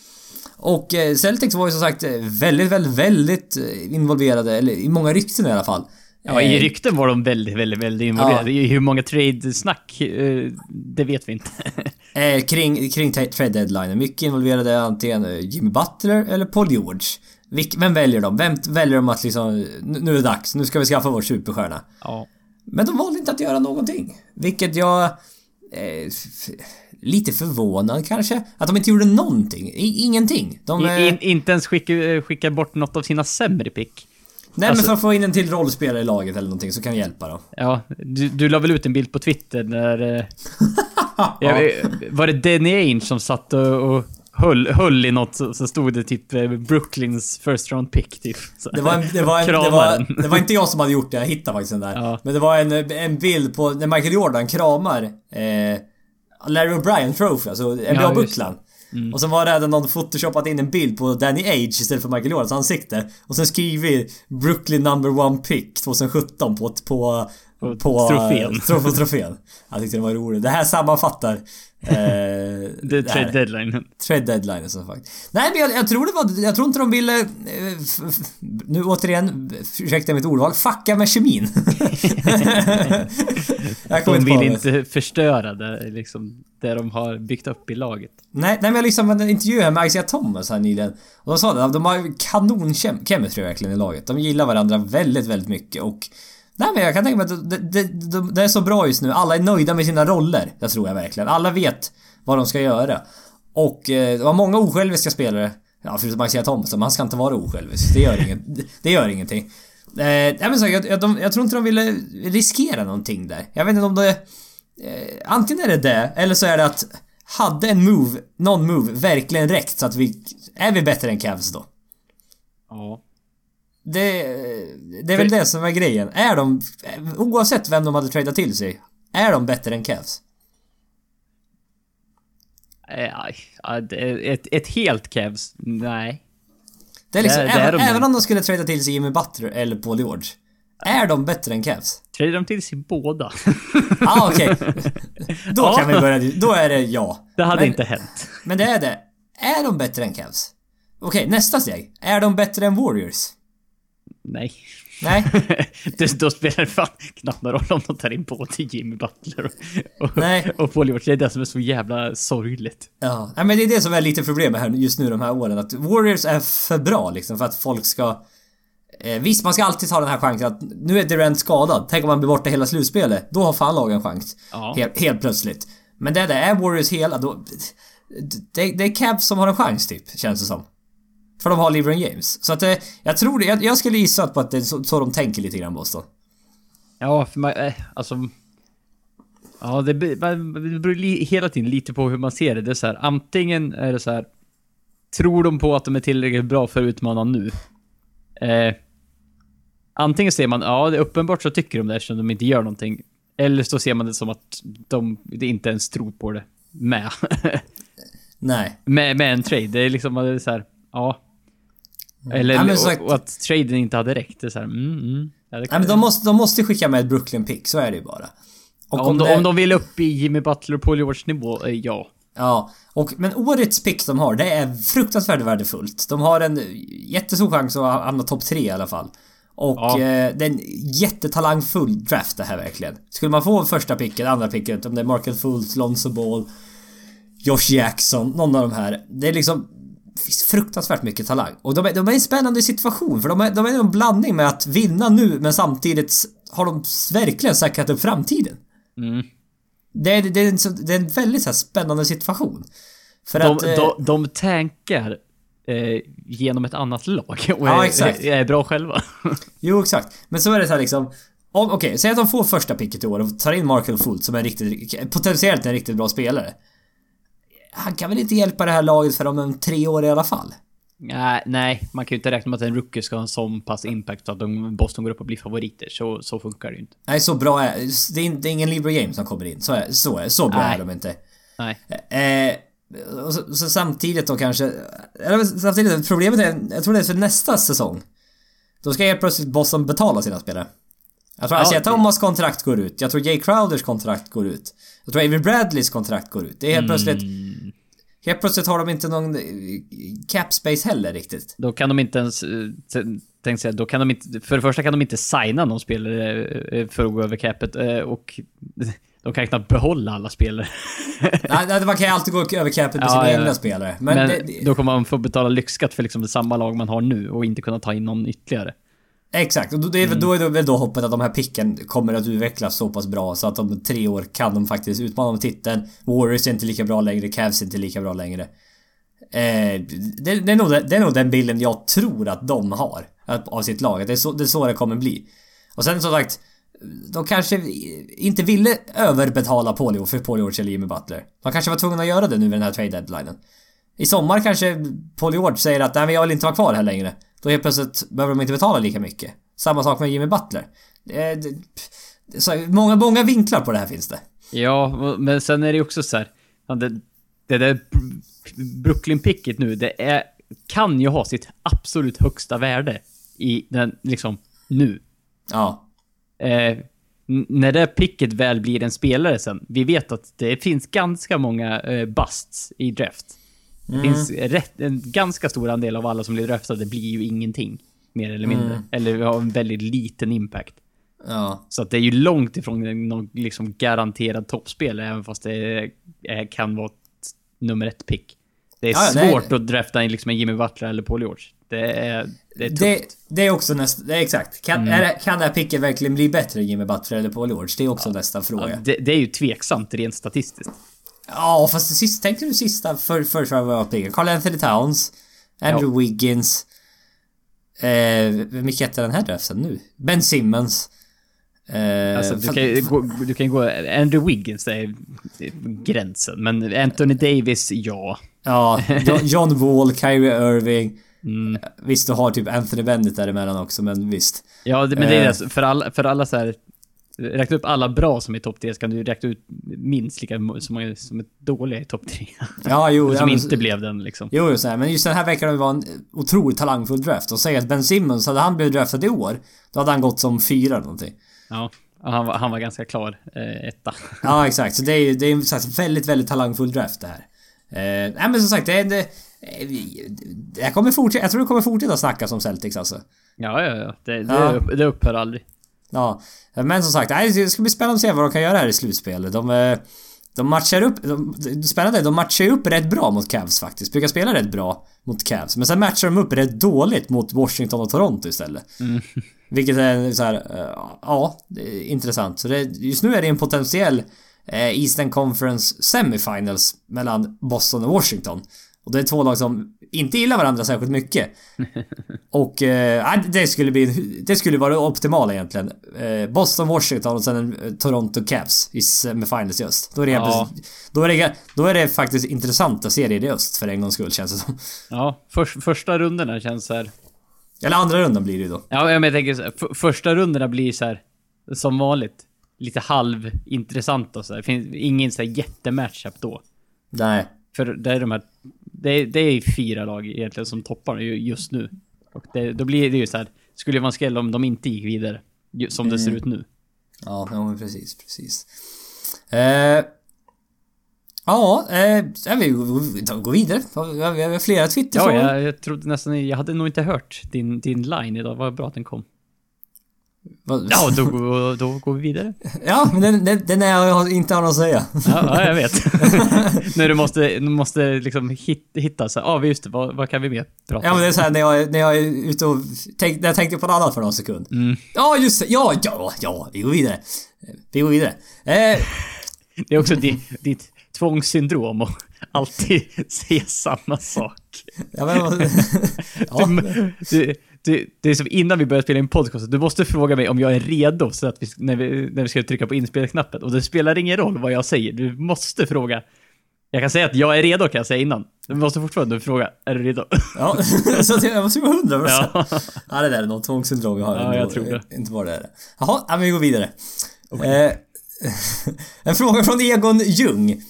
Och eh, Celtics var ju som sagt väldigt, väldigt, väldigt involverade, eller i många rykten i alla fall.
Ja, i rykten var de väldigt, väldigt, väldigt involverade. Ja. Hur många trade-snack, eh, det vet vi inte.
eh, kring kring t- trade deadline. Mycket involverade antingen Jimmy Butler eller Paul George. Vilk, vem väljer de? Vem väljer de att liksom, nu är det dags, nu ska vi skaffa vår superstjärna.
Ja.
Men de valde inte att göra någonting. Vilket jag... Eh, f- lite förvånad kanske. Att de inte gjorde någonting. I, ingenting. De,
I, in, inte ens skicka, skicka bort något av sina sämre pick.
Nej,
alltså,
men för att få in en till rollspelare i laget eller någonting så kan det hjälpa då.
Ja, du, du la väl ut en bild på Twitter när... Eh, jag, var det Danny Ainge som satt och... och Höll, höll i något så, så stod det typ Brooklyns first round pick typ. Så.
Det var, en, det, var en, det, var, det var inte jag som hade gjort det, jag hittade faktiskt den där. Ja. Men det var en, en bild på när Michael Jordan kramar eh, Larry O'Brien Trophy, alltså N B A-bucklan. Ja, mm. Och så var det även någon photoshopat in en bild på Danny Ainge istället för Michael Jordans ansikte. Och sen skriver Brooklyn number one pick tjugosjutton på på på, på trofén. På trofén. Jag tyckte det var roligt. Det här sammanfattar eh,
det, det trade deadline.
Trade deadline så faktiskt. Nej, men jag, jag tror det var jag tror inte de ville eh, f, f, nu återigen ursäkta mitt ordval, fucka med kemin.
Jag de vill inte förstöra det liksom det de har byggt upp i laget.
Nej, nej men jag liksom en intervju här med Isaiah Thomas här nyligen. Och de sa det, de har kanon chemistry verkligen i laget. De gillar varandra väldigt, väldigt mycket och nej, men jag kan tänka mig att det, det, det, det är så bra just nu. Alla är nöjda med sina roller. Det tror jag verkligen. Alla vet vad de ska göra. Och eh, det var många osjälviska spelare. Ja, förutom Isaiah Thomas. Men han ska inte vara osjälvisk. Det gör, inget, det, det gör ingenting. Eh, nej, men så, jag, jag, de, jag tror inte de ville riskera någonting där. Jag vet inte om det... eh, antingen är det det, eller så är det att hade en move, någon move verkligen räckt så att vi... Är vi bättre än Cavs då?
Ja.
Det, det är väl det som är grejen. Är de... Oavsett vem de hade tradat till sig, är de bättre än Cavs?
Ja, ett, ett helt Cavs? Nej.
Det är liksom,
det är,
även,
det är de
även om de skulle trada till sig Jimmy Butler eller Paul George, är de bättre än Cavs?
Tradar de till sig båda?
Ah, okej. Okay. Då
ja.
kan vi börja... Då är det ja.
Det hade
men,
inte hänt.
Men det är det. Är de bättre än Cavs? Okej, okay, nästa steg. Är de bättre än Warriors?
Nej.
Nej.
det, då spelar det fan knappt någon roll om de tar in både Jimmy Butler och, och,
Nej.
och Paul George. Det är det som är så jävla sorgligt.
Ja, men det är det som är lite problemet här just nu de här åren. Att Warriors är för bra liksom för att folk ska... Eh, visst, man ska alltid ta den här chansen att nu är Durant skadad. Tänk om man blir borta hela slutspelet. Då har fan lagen en chans.
Ja.
Helt, helt plötsligt. Men det där är Warriors hela... Då, det, det är Cavs som har en chans typ, känns det som. För de har LeBron James. Så att eh, jag tror det, jag, jag skulle gissa på att det är så, så de tänker lite grann, Boston.
Ja, för man, eh, alltså... Ja, det, det beror li, hela tiden lite på hur man ser det. Det är så här, antingen är det så här... Tror de på att de är tillräckligt bra för att utmana nu? Eh, antingen ser man, ja, det är uppenbart så tycker de det eftersom de inte gör någonting. Eller så ser man det som att de det inte ens tror på det med.
Nej.
med, med en trade. Det är liksom det är så här, ja. Eller
ja,
och, och att traden inte hade räckt. Det är så här, mm, mm. Ja,
Nej, men de måste, de måste skicka med ett Brooklyn pick, så är det ju bara.
Och ja, om, om, de, det... om de vill upp i Jimmy Butler och Paul George nivå, eh, ja.
Ja, och, men årets pick de har, det är fruktansvärt värdefullt. De har en jättestor chans att hamna topp tre i alla fall. Och ja. eh, det är en jättetalangfull draft det här verkligen. Skulle man få första picket, andra picket, om det är Markel Fultz, Lonzo Ball, Josh Jackson, någon av de här. Det är liksom finns fruktansvärt mycket talang. Och de är, de är i en spännande situation, för de är, de är en blandning med att vinna nu, men samtidigt har de verkligen säkrat upp framtiden.
Mm.
Det är, det, är en, det är en väldigt så här spännande situation. För
de,
att... Eh,
de, de tankar eh, genom ett annat lag och
ja,
är,
exakt.
är, är bra själva.
Jo, exakt. Men så är det så här liksom... Okej, okay, säg att de får första picket i år och tar in Markel Fultz som är riktigt, potentiellt en riktigt bra spelare. Han kan väl inte hjälpa det här laget för om en tre år i alla fall?
Nej, nej, man kan ju inte räkna med att en rookie ska ha en sån pass impact så att de, Boston går upp och blir favoriter. Så, så funkar det ju inte. Nej,
så bra är det. Är, det är ingen LeBron James som kommer in. Så, är, så, är, så bra nej. Är de inte.
Nej.
Eh, och så, så samtidigt då kanske... Eller samtidigt, problemet är... Jag tror det är för nästa säsong. Då ska helt plötsligt Boston betala sina spelare. Jag tror att ja, Thomas kontrakt går ut. Jag tror Jay Crowders kontrakt går ut. Jag tror Avery Bradleys kontrakt går ut. Det är helt mm. plötsligt... Helt plötsligt har de inte någon cap space heller riktigt.
Då kan de inte ens... Tänk sig, då kan de inte... För det första kan de inte signa någon spelare för att gå över capet. Och de kan knappt behålla alla spelare.
Nej, man kan ju alltid gå över capet med ja, sina ja. egna spelare. Men,
Men
det,
då kommer man få betala lyxskatt för liksom det samma lag man har nu och inte kunna ta in någon ytterligare.
Exakt, och då är, mm. då är det väl då hoppet att de här picken kommer att utvecklas så pass bra så att om tre år kan de faktiskt utmana om titeln. Warriors är inte lika bra längre, Cavs är inte lika bra längre. Eh, det, det, är nog, det är nog den bilden jag tror att de har av sitt lag. Det är så det, är så det kommer bli. Och sen som sagt, de kanske inte ville överbetala Paul för Paul George eller Jimmy Butler. De kanske var tvungna att göra det nu vid den här trade deadlinen. I sommar kanske Paul George säger att nej, men jag vill inte vara kvar här längre. Då helt plötsligt behöver de inte betala lika mycket. Samma sak med Jimmy Butler. Det, det, det, så många, många vinklar på det här finns det.
Ja, men sen är det också så här. Det, det där Brooklyn-picket nu, det är, kan ju ha sitt absolut högsta värde i den, liksom, nu.
Ja.
Eh, när det picket väl blir en spelare sen. Vi vet att det finns ganska många eh, busts i draft. Det mm. finns rätt, en ganska stor andel av alla som blir draftade blir ju ingenting. Mer eller mindre. Mm. Eller har en väldigt liten impact.
Ja.
Så att det är ju långt ifrån någon liksom garanterad toppspel. Även fast det är, kan vara nummer ett pick. Det är ja, svårt det är... att drafta in liksom en Jimmy Butler eller Paul George. Det är, det är tufft.
Det, det är också nästa... Det är exakt. Kan, mm. är det, kan det här picket verkligen bli bättre än Jimmy Butler eller Paul George? Det är också ja. nästa fråga.
Ja, det, det är ju tveksamt rent statistiskt.
Ja, fast sist, tänkte du sista för förra var picken. Carl Anthony Towns, Andrew ja. Wiggins, eh, vilket heter den här draften nu? Ben Simmons, Eh,
Alltså, du,
för,
kan, ju gå, du kan ju gå... Andrew Wiggins är gränsen. Men Anthony Davis, ja.
Ja, John Wall, Kyrie Irving.
Mm.
Visst, du har typ Anthony Bennett däremellan också, men visst.
Ja, det, men det är det. Alltså, för alla, för alla så här... Räkna upp alla bra som är topp tre, så kan du räkna ut minst lika som, som ett dåliga i topp tre.
Ja, jo.
som
ja, men,
inte blev den liksom.
Jo, så här, men just den här veckan var en otroligt talangfull draft. Och säga att Ben Simmons, hade han blivit draftad i år, då hade han gått som fyra eller någonting.
Ja, han var, han var ganska klar eh, etta.
Ja, exakt. Så det är ju det är en väldigt, väldigt talangfull draft det här. Eh, nej, men som sagt, det är... Det, jag, kommer fortsätta, jag tror det kommer fortsätta snacka som Celtics alltså.
Ja, ja, ja. Det, det,
ja.
Upp, det upphör aldrig.
Ja, men som sagt, det ska bli spännande att se vad de kan göra här i slutspelet. De, de matchar upp... De, spännande, de matchar ju upp rätt bra mot Cavs faktiskt. Brukar spela rätt bra mot Cavs. Men sen matchar de upp rätt dåligt mot Washington och Toronto istället. Mm. Vilket är så här, ja, det är intressant. Så det, just nu är det en potentiell Eastern Conference Semifinals mellan Boston och Washington. Och det är två lag som inte gillar varandra särskilt mycket. Och eh, det skulle bli det skulle vara det optimala egentligen. Eh, Boston, Washington och sen eh, Toronto Cavs i semifinals i öst. Då är det ja. då är det då är det faktiskt intressanta serier i öst för en gångs skull, känns det som.
Ja, för, första rundorna känns så här.
Eller andra rundan blir det ju då.
Ja, men jag tänker så här, för, första rundorna blir så här som vanligt lite halvintressant och så här. Det finns ingen så här jättematchup då.
Nej.
För det är de här det är, det är fyra lag egentligen som toppar just nu. Och det, då blir det ju så här, skulle det vara en skräll om de inte gick vidare som mm. det ser ut nu.
Ja, ja men precis, precis. Eh, ja, eh, vi går vidare. Vi har flera Twitter.
Ja, jag, jag trodde nästan jag hade nog inte hört din din line idag. Vad bra att den kom. Ja, då, då går vi vidare.
Ja, men den, den, den är jag inte har något att säga.
Ja, jag vet. När du måste, du måste liksom hitta så ja, ah, just det, vad, vad kan vi mer prata om?
Ja, men det är så här när jag, när jag är ute och tänk, när jag tänkte på något annat för någon sekund. Mm. Ja, just det. Ja, ja, ja, vi går vidare. Vi går vidare. Eh.
Det är också ditt, ditt tvångssyndrom och alltid säga samma sak.
Ja, men,
ja. Du, du, du, det är som innan vi började spela in podcast. Du måste fråga mig om jag är redo så att vi, när, vi, när vi ska trycka på inspelknappen. Och det spelar ingen roll vad jag säger. Du måste fråga. Jag kan säga att jag är redo, kan jag säga innan. Du måste fortfarande fråga, är du redo?
Ja, så att jag måste vara hundra procent. Ja. Ja, det där är någon tvångssyndrom vi har.
Ja, jag tror det.
Inte bara det är det. Jaha, ja, men vi går vidare. Okay. Eh, en fråga från Egon Ljung.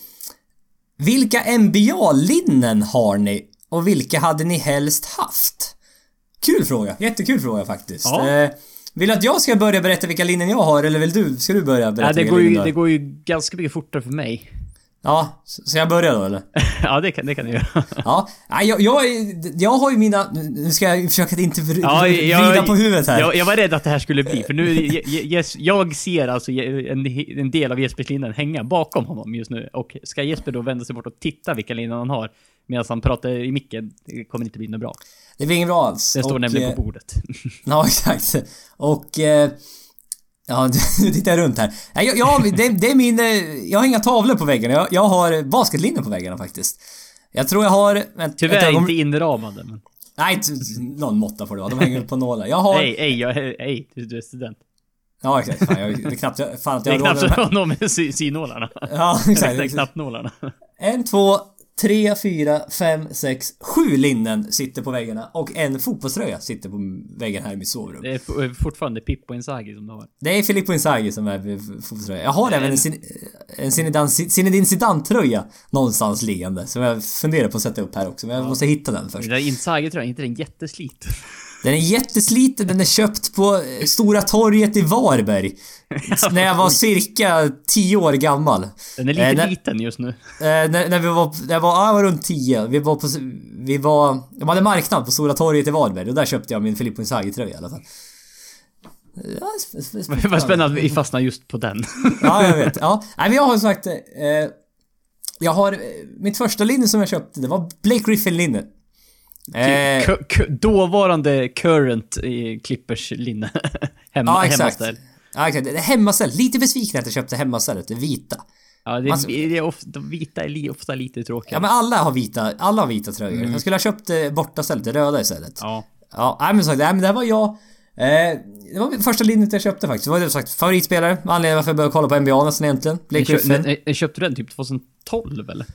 Vilka N B A-linnen har ni och vilka hade ni helst haft? Kul fråga, jättekul fråga faktiskt. Ja. Eh, vill att jag ska börja berätta vilka linnen jag har eller vill du, ska du börja berätta?
Ja, det, går ju, det går ju ganska mycket fortare för mig.
Ja, ska jag börja då eller?
Ja, det kan, det kan du göra.
Ja, jag, jag, jag har ju mina... Nu ska jag försöka att inte vrida
ja, jag,
på huvudet här.
Jag, jag var rädd att det här skulle bli, för nu jag, jag ser alltså en, en del av Jespers linnen hänga bakom honom just nu. Och ska Jesper då vända sig bort och titta vilka linnen han har medan han pratar i micken, det kommer inte bli något bra.
Det blir inget bra alls.
Det står och, nämligen på bordet.
Ja, exakt. Och... Eh, ja, nu tittar jag runt här. Jag, jag, det, det är min... Jag har inga tavlor på väggarna. Jag, jag har basketlinjen på väggarna faktiskt. Jag tror jag har... Ett,
Tyvärr
ett
inte inramade, men...
Nej, någon måtta får det vara. De hänger på nålar. Jag har...
Nej, nej, jag är, nej, du är student.
Ja, exakt. Fan, jag, det är knappt... Fan, att jag
det är knappt så någon med sy, synålarna.
Ja, exakt.
Det är knappt nålarna.
En, två... Tre, fyra, fem, sex, sju linnen sitter på väggarna och en fotbollströja sitter på väggen här i mitt sovrum.
Det är fortfarande Pippo Inzaghi som du har.
Det är Filippo Inzaghi som är fotbollströja. Jag har även en, sin, en Zinedine Zidane-tröja någonstans liggande som jag funderar på att sätta upp här också, men jag måste hitta den först.
Det där Inzaghi-tröjan, inte den jätteslit.
Den är jättesliten, den är köpt på Stora torget i Varberg. När jag var cirka tio år gammal.
Den är lite eh, när, liten just nu. Eh,
när, när vi var, jag var, jag var runt tio. Vi var på, vi var, jag hade marknad på Stora torget i Varberg och där köpte jag min Filippo Inzaghi-tröja i alla fall. Ja,
vad spännande att vi fastnar just på den.
Ja, jag vet. Ja, nej, men jag har sagt eh, jag har mitt första linne som jag köpte, det var Blake Griffin-linne.
Eh, k- k- dåvarande current i Clippers linne. Hemma,
ja, exakt.
Hemmaställ.
Ja, exakt. Det är hemmaställ. Lite besviken att jag köpte hemmastället, det vita.
Ja, det, alltså, det är ofta, de vita är ofta lite tråkiga.
Ja, men alla har vita, alla har vita tröjor. Mm. Jag skulle ha köpt borta stället, det röda istället.
Ja.
Ja, nej, men så nej, men det var jag. Eh, det var första linjen jag köpte faktiskt. Det var det sagt favoritspelare. Anledningen varför jag började kolla på N B A nästan egentligen. Blake Griffin.
Men, men, köpte du den typ tjugotolv eller?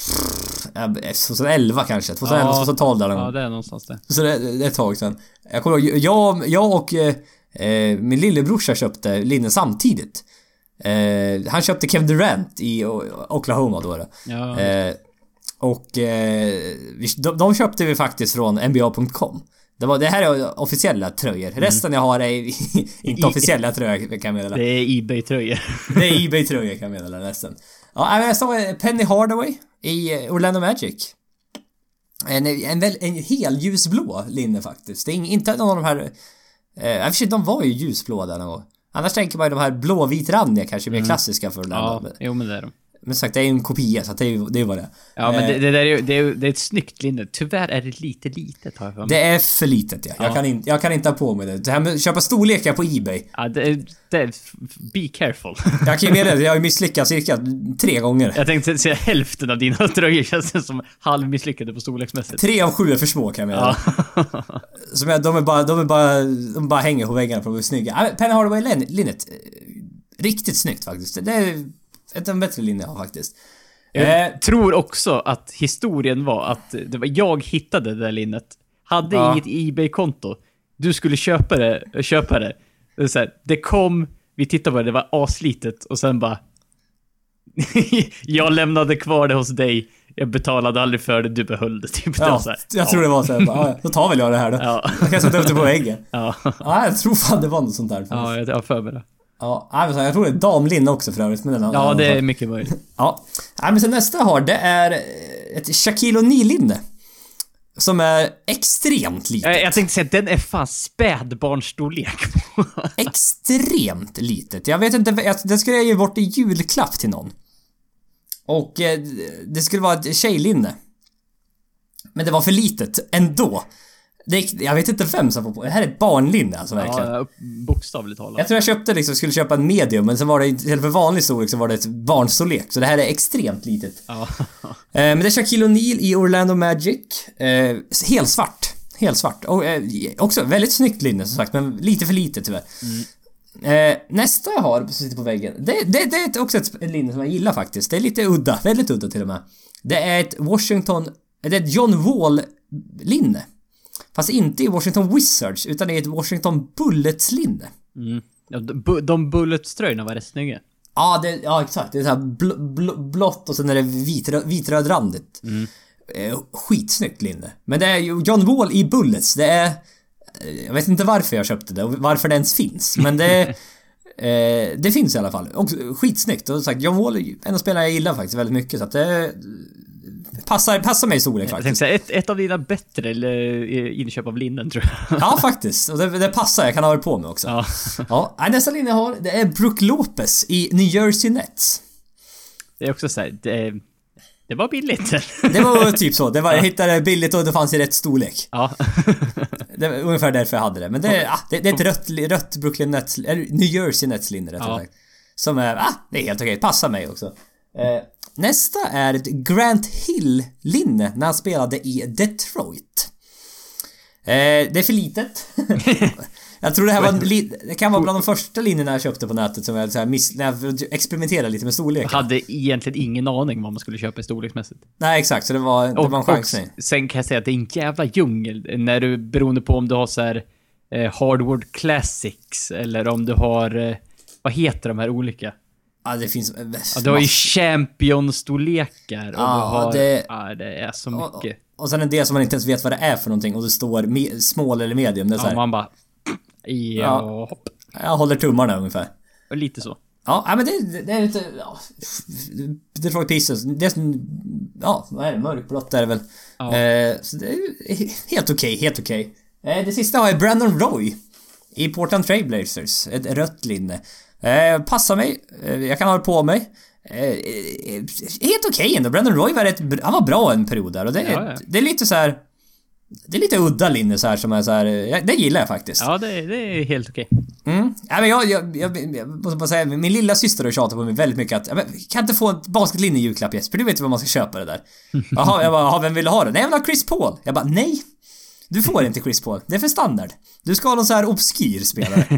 tjugoelva kanske. tjugoelva,
ja,
tjugotolv där.
Ja, det är någonstans där.
Så det, det är ett tag sedan. Jag kommer ihåg, jag, jag och eh, min lillebrorsa köpte linjen samtidigt. Eh, han köpte Kevin Durant i Oklahoma då. då.
Ja.
Eh, och eh, de, de köpte vi faktiskt från N B A punkt com. Det, var, det här är officiella tröjor. Resten jag har är inte officiella tröjor kan jag meddela.
Det är eBay-tröjor.
Det är eBay-tröjor kan jag meddela resten. Ja, jag såg Penny Hardaway i Orlando Magic. En, en, en, en hel ljusblå linne faktiskt. Det är inte någon av de här... Eh, jag vet inte, de var ju ljusblå där någon gång. Annars tänker man ju de här blåvitrandiga kanske mer mm. klassiska för Orlando.
Ja, jo men det är de.
Men sagt, det är ju en kopia så det är ju det är vad det är.
Ja, men det, det där är ju, det är, det är ett snyggt linne. Tyvärr är det lite litet har jag för mig.
Det är för litet, ja. Jag, ja. Kan, in, jag kan inte ha på mig det. Det här med att köpa storlekar på eBay.
Ja, det är, det är, be careful.
Jag kan ju med det. Jag har ju misslyckats cirka tre gånger.
Jag tänkte säga hälften av dina tröjor känns som halvmisslyckade på storleksmässigt.
Tre av sju är för små kan jag med ja. Som jag, de är bara, de är bara, de bara hänger på väggarna för att vara snygga. Penny Hardaway linnet. Riktigt snyggt faktiskt. Det är ett en bättre linje ja, faktiskt.
Jag eh, tror också att historien var att det var jag hittade det där linnet. Hade ja. inget eBay-konto. Du skulle köpa det, köpa det. Det, är så här, det kom, vi tittade på det, det var aslitet och sen bara jag lämnade kvar det hos dig. Jag betalade aldrig för det, du behöll det typ.
Ja,
det så här.
Jag tror det var så här, ja, då tar väl jag det här då.
Ja.
Jag kan sätta upp det på väggen.
Ja.
Ja, jag tror fan det var något sånt där.
Ja, jag har för mig det.
Ja, jag tror det är damlinne också för övrigt. Men den
ja, det är mycket möjligt.
Ja, men sen nästa jag har, det är ett Shaquille O'Neal-linne. Som är extremt litet.
Jag, jag tänkte säga att den är fan spädbarnstorlek på.
Extremt litet. Jag vet inte, det skulle jag ge bort i julklapp till någon. Och det skulle vara ett tjejlinne. Men det var för litet ändå. Det, jag vet inte vem som får på. Det här är ett barnlinne alltså verkligen.
Ja, bokstavligt talat.
Jag tror jag köpte liksom, skulle köpa en medium, men sen var det istället för vanlig storlek så var det ett barnstorlek. Så det här är extremt litet.
Ja.
eh, men det är Shaquille O'Neal i Orlando Magic. Eh, helt svart. Helt svart. Och eh, också väldigt snyggt linne som sagt, men lite för litet tyvärr. Mm. Eh, nästa jag har, som sitter på väggen. Det, det, det är också ett linne som jag gillar faktiskt. Det är lite udda, väldigt udda till och med. Det är ett Washington, det är ett John Wall-linne. Fast inte i Washington Wizards utan i ett Washington Bullets-linne.
Mm. Ja, de, de Bullets-tröjorna var rätt snygga.
Ja, det, ja, exakt. Det är så här bl, bl, blått och sen är det vitrö, vitrödrandigt. Mm. Eh, skitsnyggt linne. Men det är ju John Wall i Bullets. Det är... Jag vet inte varför jag köpte det och varför det ens finns. Men det... eh, det finns i alla fall. Och skitsnyggt. Och sagt, John Wall är en av spelarna jag gillar faktiskt väldigt mycket. Så att det... Passar, passar mig i storlek faktiskt.
Jag säga, ett, ett av dina bättre inköp av linnen tror jag.
Ja, faktiskt. Och det, det passar, jag kan ha det på mig också. Ja. Ja, nästa linje jag har, det är Brook Lopez i New Jersey Nets.
Det är också så här, det, det var billigt.
Det var typ så. Det var, jag hittade billigt och det fanns i rätt storlek.
Ja.
Det var ungefär därför jag hade det. Men det, ja, det, det är ett rött, rött Brooklyn Nets, eller New Jersey Nets linje rätt och sagt. Som är, ah, det är helt okej. Passar mig också. Eh, Nästa är ett Grant Hill-linne när han spelade i Detroit. Eh, det är för litet. Jag tror det här var det kan vara bland de första linjerna jag köpte på nätet som jag så här miss, när jag experimenterade lite med storlek.
Jag hade egentligen ingen aning vad man skulle köpa i storleksmässigt.
Nej, exakt, så det var, det
och,
var en chansning.
Sen kan jag säga att det är en jävla djungel när du beroende på om du har så här eh, Hardwood Classics eller om du har eh, vad heter de här olika?
Ja, det finns...
Ja, du har ju champion-storlekar och
ja,
du har...
Det,
ja, det är så mycket.
Och, och, och sen en del som man inte ens vet vad det är för någonting och det står me, small eller medium. Det är
ja,
så här,
man bara... Ja, ja, hopp.
Jag håller tummarna ungefär.
Och lite så.
Ja, men det, det är lite... Ja, Detroit Pistons. Det är som... Ja, vad är det? Mörkblått är det väl. Ja. Eh, så det är helt okej, okay, helt okej. Okay. Eh, det sista har jag Brandon Roy i Portland Trail Blazers. Ett rött linne. Eh, passar mig. Eh, jag kan ha det på mig. Eh, helt okej okay ändå. Brandon Roy var rätt, han var bra en period där och det är, ja, ja. Det är lite så här. Det är lite udda linje så här som är så här. Det gillar jag faktiskt.
Ja, det, det är helt okej.
Okay. Mm. Ja, men jag, jag, jag, jag måste bara säga, min lilla syster har tjatat på mig väldigt mycket att jag kan inte få ett basketlinje i julklapp, Jesper, du vet ju vad man ska köpa det där. Jaha, jag bara, vem vill ha det? Nej, jag vill ha Chris Paul. Jag bara, nej. Du får inte Chris Paul. Det är för standard. Du ska ha någon så här obskyr spelare.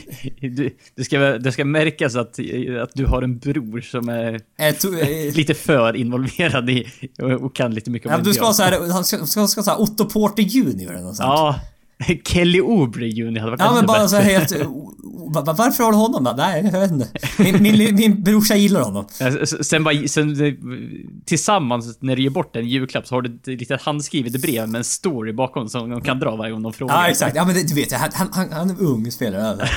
du, du ska, det ska märkas att, att du har en bror som är to- lite för involverad i och kan lite mycket om
ja, du ska ha så här, han ska, ska, ska så här Otto Porter junior eller något sånt.
Ja. Kelly Oubre junior hade varit
ja, men bara
bättre.
Så här helt varför har du honom? Nej, jag vet inte. Min, min, min brorsa gillar honom.
Sen, bara, sen tillsammans när du ger bort en julklapp så har du ett litet handskrivet brev med en story bakom som de kan dra varje gång de frågar.
Ja, exakt. Ja, men det, du vet, han, han, han är en ung spelare.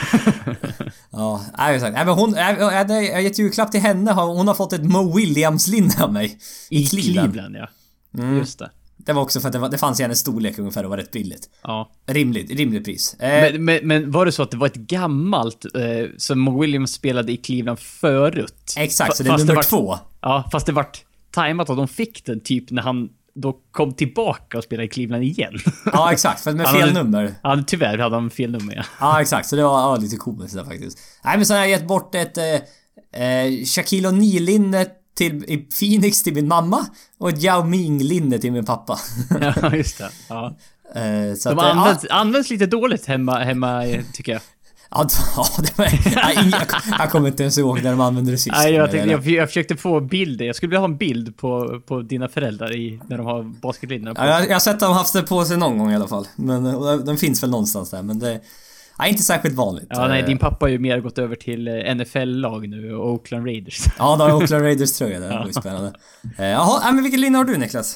Ja, nej, exakt. Ja, men hon, jag, jag, jag har gett julklapp till henne. Hon har fått ett Mo Williams-linne av mig.
I, I Cleveland. Cleveland, ja.
Mm.
Just det.
Det var också för att det, var, det fanns i hennes storlek ungefär och var rätt billigt.
Ja.
Rimligt, rimligt pris. Eh,
men, men, men var det så att det var ett gammalt eh, som Mo Williams spelade i Cleveland förut?
Exakt, F- så det är nummer
var,
två.
Ja, fast det vart tajmat och de fick den typ när han då kom tillbaka och spelade i Cleveland igen.
Ja, exakt, för med fel
hade,
nummer.
Ja, tyvärr hade han fel nummer, ja.
Ja, exakt, så det var ja, lite komiskt där faktiskt. Nej, men så har jag gett bort ett eh, eh, Shaquille O'Neal-linne till i Phoenix till min mamma och ett Yao Ming-linne till min pappa.
Ja, just det. Ja.
Eh, så
de
att,
används,
ja.
används lite dåligt hemma, hemma tycker jag.
Ja, det var, jag, jag, jag kommer inte ens ihåg när de använde det sist.
Nej, jag, tänkte, jag, jag försökte få bilder. Jag skulle vilja ha en bild på, på dina föräldrar i, när de har basketlinjerna på.
Ja, jag, jag har sett att de haft det på sig någon gång i alla fall. Men den finns väl någonstans där. Men det är inte särskilt vanligt.
Ja, nej, din pappa har ju mer gått över till N F L-lag nu och Oakland Raiders.
Ja, då har Oakland Raiders tröja där. Det var ju spännande. Jaha, men vilken linne har du, Niklas?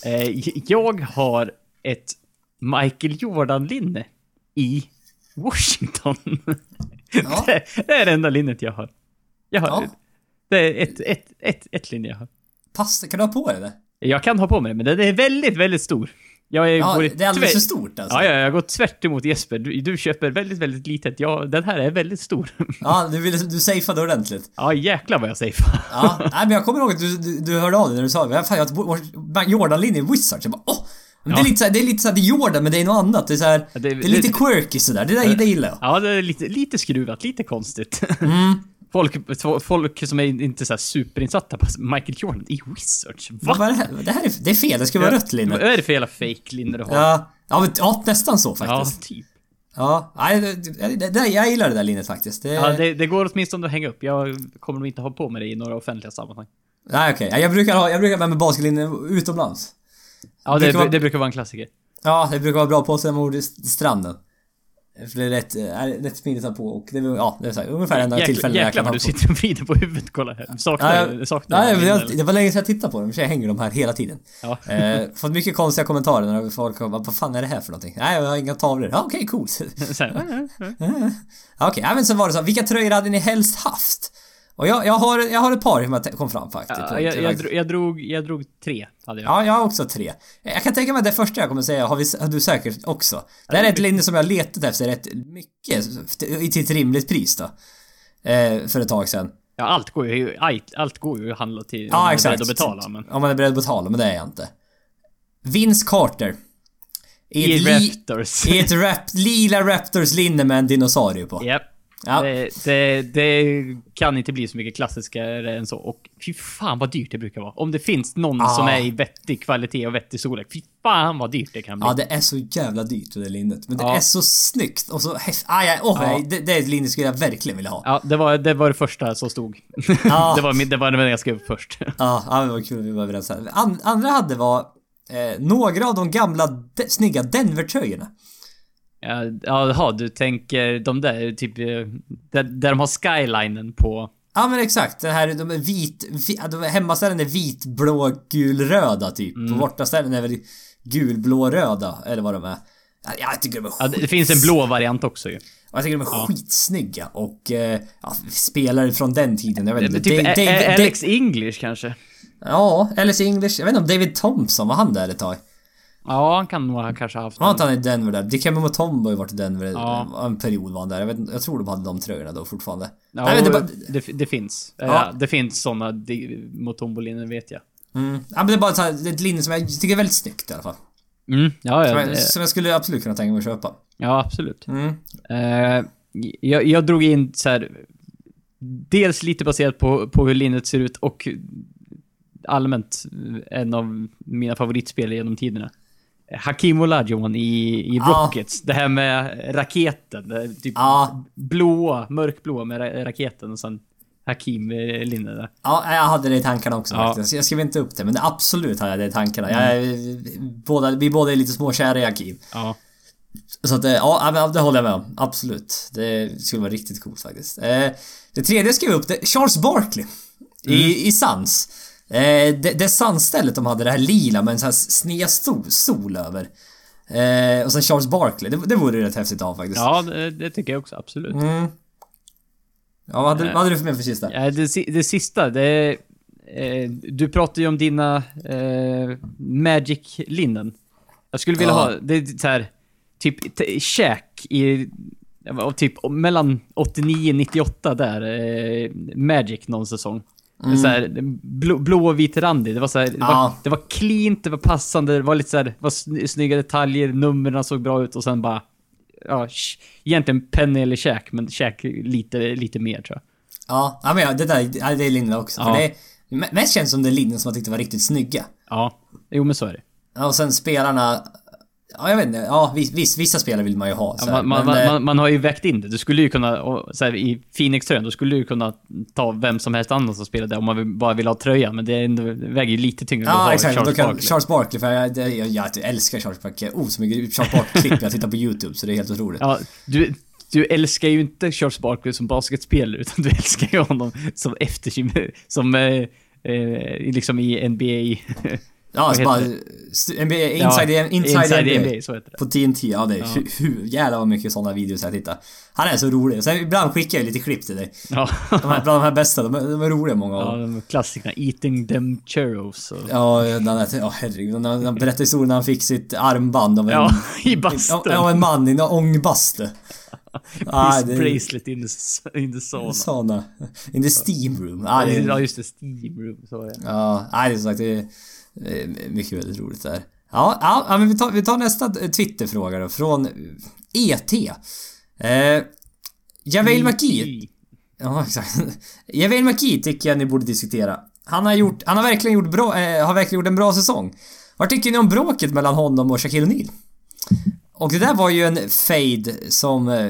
Jag har ett Michael Jordan-linne i Washington. Ja. Det, det är det enda linnet jag har. Jag har ja. Det är ett, ett, ett, ett linne jag har.
Pass, kan du ha på dig det?
Jag kan ha på mig det, men det är väldigt, väldigt stor. Jag är
ja, det är alldeles för stort alltså.
Ja, ja, jag har gått tvärt emot Jesper. Du, du köper väldigt, väldigt litet. Ja, den här är väldigt stor.
Ja, du, vill, du safeade ordentligt.
Ja, jäklar vad jag safeade.
Ja, nej, men jag kommer ihåg att du, du, du hörde av dig när du sa fan, jag har Jordan-linje i Wizards. Jag bara, åh! Men ja. det, är lite så här, det är lite så här, det är Jordan, men det är något annat. Det är, så här, ja, det, är, det är lite quirky sådär. Det, där, det gillar jag.
Ja, det är lite, lite skruvat, lite konstigt.
Mm.
Folk, folk som är inte så här superinsatta på Michael Jordan i Wizards. Va?
Vad är det här? Det här är, det är fel, det ska vara ja, rött linne.
Vad är det för jävla fake-linne du har?
Ja, ja, men, ja, nästan så faktiskt.
Ja, typ.
Ja, nej, det, det, det, jag gillar det där linnet faktiskt. Det...
Ja, det, det går åtminstone att hänga upp. Jag kommer nog inte ha på mig det i några offentliga sammanhang.
Nej, okej. Okay. Jag brukar ha, jag brukar ha med basketlinne utomlands.
Ja, det, brukar vara, det brukar vara en klassiker.
Ja, det brukar vara bra på sig med ord i stranden. För det är rätt, är rätt smidigt att på och det är, ja, det är så här, ungefär enda
Jäkla,
tillfället
jag kan ha på. Jäklar vad du sitter och vrider på huvudet, kolla här. Saknar,
ja, jag,
saknar
nej, men jag, det var länge sedan jag tittade på dem, så jag hänger de här hela tiden.
Ja.
Eh, fått mycket konstiga kommentarer när folk har vad fan är det här för någonting? Nej, jag har inga tavlor. Ja, okej, okay, coolt. Okej, okay, men så var det så, vilka tröjor hade ni helst haft? Och jag, jag, har, jag har ett par som jag kom fram faktiskt.
Ja, jag, jag, drog, jag, drog, jag drog tre, hade jag.
Ja, jag har också tre. Jag kan tänka mig att det första jag kommer säga har, vi, har du säkert också. Det här är ett linje som jag har letat efter rätt mycket till ett rimligt pris då. Eh, för ett tag sedan.
Ja, allt går ju, allt, allt går ju att handla till
ja,
om man
exakt.
är beredd att betala. Men...
Om man är beredd att betala, men det är jag inte. Vince Carter.
I, I Raptors.
I ett rap, lila Raptors-linne med en dinosaurie på.
Japp. Yep. Ja. Det, det, det kan inte bli så mycket klassiskare än så. Och fy fan vad dyrt det brukar vara. Om det finns någon ah. som är i vettig kvalitet och vettig storlek. Fy fan vad dyrt det kan bli.
Ja, det är så jävla dyrt det linnet. Men det
ja.
är så snyggt och så häftigt. Ah, ja, oh, ja. det, det är ett linne skulle jag verkligen vilja ha.
Ja, det var det, var det första som stod. Ah. det, var, det var det jag skrev först.
Ja, ah, det var kul. Vi var överens här. And, andra hade var eh, några av de gamla de, snygga Denver-tröjorna.
Ja, jaha, du tänker de där typ där, där de har skylinen på.
Ja, men exakt. Den här de är vit, vit de är hemmaställen är vit, blå, gul, röda typ. Mm. På bortaställen är väl gul, blå, röda eller vad de är. Ja, jag tycker de är
ja, det finns en blå variant också ju.
Jag tycker de är ja. skitsnygga och ja, spelare från den tiden. Jag vet inte.
Typ Dave, Dave, Alex Dave, English kanske.
Ja, Alex English. Jag vet inte om David Thompson var han där ett tag.
Ja, han kan nog ha kanske haft.
Ja, han är i Denver där. Dikembe Mutombo har ju varit i Denver
ja.
en period var han där. Jag, vet, jag tror de hade de tröjorna då fortfarande.
Ja, Nej, det, bara... det, det finns. Ja. Ja, det finns såna Mutombo-linjer vet jag.
Mm. Ja, men det är bara så här, ett linje som jag tycker är väldigt snyggt i alla fall.
Mm. Ja, ja,
som, jag,
det...
som jag skulle absolut kunna tänka mig att köpa.
Ja, absolut.
Mm.
Uh, jag, jag drog in så här, dels lite baserat på, på hur linjet ser ut och allmänt en av mina favoritspel genom tiderna. Hakeem Olajuwon i, i
Ja.
Rockets. Det här med raketen. det är Typ
Ja.
blåa, mörkblåa med ra- raketen och sen Hakeem eh, Linne där.
Ja, jag hade det i tankarna också
Ja.
faktiskt. Jag skrev inte upp det, men det absolut hade jag det i tankarna. Jag, båda, vi båda är lite småkära i Hakeem.
Ja.
Så att, eh, ja, men det håller jag med om. Absolut. Det skulle vara riktigt coolt faktiskt. Eh, det tredje skrev jag upp, det Charles Barkley. I,
Mm.
i Suns. Eh, det, det Suns-stället de hade, det här lila med en sån här sned sol, sol över. Eh, och sen Charles Barkley. Det, det vore rätt häftigt av faktiskt.
Ja, det, det tycker jag också, absolut.
Mm. Ja, vad hade, vad hade du för med för sista?
Ja, det, si- det sista, det är, eh, du pratar ju om dina eh, Magic-linnen. Jag skulle vilja
Ja.
ha, det är så här, typ t- Shaq i, och typ mellan åttionio nittioåtta där, eh, Magic någon säsong. Mm. Så här, blå, blå och vit randig. Det var så här, det,
Ja.
var, det var cleant, det var passande, det var lite så här, det var sny- snygga detaljer, numren såg bra ut och sen bara ja, sh- egentligen Penny eller Shaq, men Shaq lite lite mer tror jag.
Ja, ja men ja, det där ja, det är linjerna också.
Ja.
För det är, mest känns som det är linjen som jag tyckte var riktigt snygga.
Ja, jo men så är det.
Ja, och sen spelarna. Ja, jag vet inte. Ja, vis, vis, vissa spelare vill man ju ha. Så
Ja,
här,
man, man,
men, eh,
man, man har ju vägt in det. Du skulle ju kunna, och, så här, i Phoenix-tröjan, då skulle du ju kunna ta vem som helst annan som spelar där om man vill, bara vill ha tröjan. Men det, är ändå, det väger ju lite tyngre att
Ja,
ha
exakt.
Charles
Då kan
Barkley.
Charles Barkley, för jag, jag, jag, jag älskar Charles Barkley. Oh, så mycket Charles Barkley-klipp jag tittar på YouTube, så det är helt otroligt.
Ja, du, du älskar ju inte Charles Barkley som basketspelare, utan du älskar ju honom som efterkim, som eh, eh, liksom i N B A.
Ja, så bara...
heter
st- N B A, inside,
Ja,
inside, inside
N
N B A.
B A, så heter det.
På T N T, ja det är
Ja.
hu, hu, jävlar vad mycket sådana videos jag tittar. Han är så rolig. Sen ibland skickar jag lite klipp till dig.
Ja,
De här, bland de här bästa, de är, de är roliga många av
ja
dem.
de klassikerna. Eating them churros. Och,
Ja, den här, ja herregud. När han berättade historien när han fick sitt armband av en...
ja, i bastun.
Ja, av en man i en ångbastu. Ah,
His
det-
bracelet in the, in the sauna.
Sauna. In the steam room. Ah, det,
Ja, just det. Steam room, så är det.
ja, nej, det är som sagt, det är eh, mycket väldigt roligt där. Ja, ja, ja men vi tar, vi tar nästa Twitterfråga då, från E T. Eh, Javel McKee. Ja, exakt. Javel McKee tycker jag ni borde diskutera. Han har gjort, han har verkligen gjort bra, eh, har verkligen gjort en bra säsong. Vad tycker ni om bråket mellan honom och Shaquille O'Neal? Och det där var ju en fade som... Eh,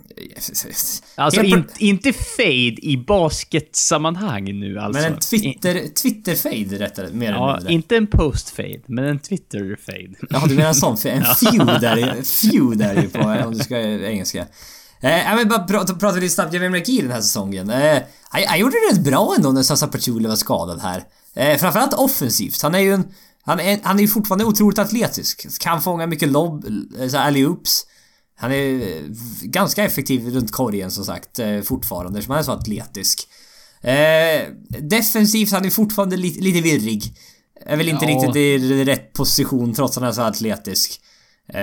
Alltså
helt-
in, inte fade i basketsammanhang nu alltså.
Men en Twitter, Twitter-fade rättare, mer eller
Ja,
mindre.
inte en post-fade, men en Twitter-fade.
Ja, du menar en sån, en feud där, feud där ju på, om du ska engelska. Eh, jag vill bara prata, prata lite snabbt om McKee den här säsongen. Eh, han, han gjorde det rätt bra ändå när Sasa Pachulia var skadad här. Eh, framförallt offensivt. Han är ju en, han är, han är ju fortfarande otroligt atletisk. Kan fånga mycket lobb, eh, så här alley-oops. Han är eh, ganska effektiv runt korgen som sagt, eh, fortfarande, som han är så atletisk. Eh, defensivt, han är fortfarande lite, lite virrig. Är väl inte
Ja.
riktigt i rätt position trots att han är så atletisk. Eh,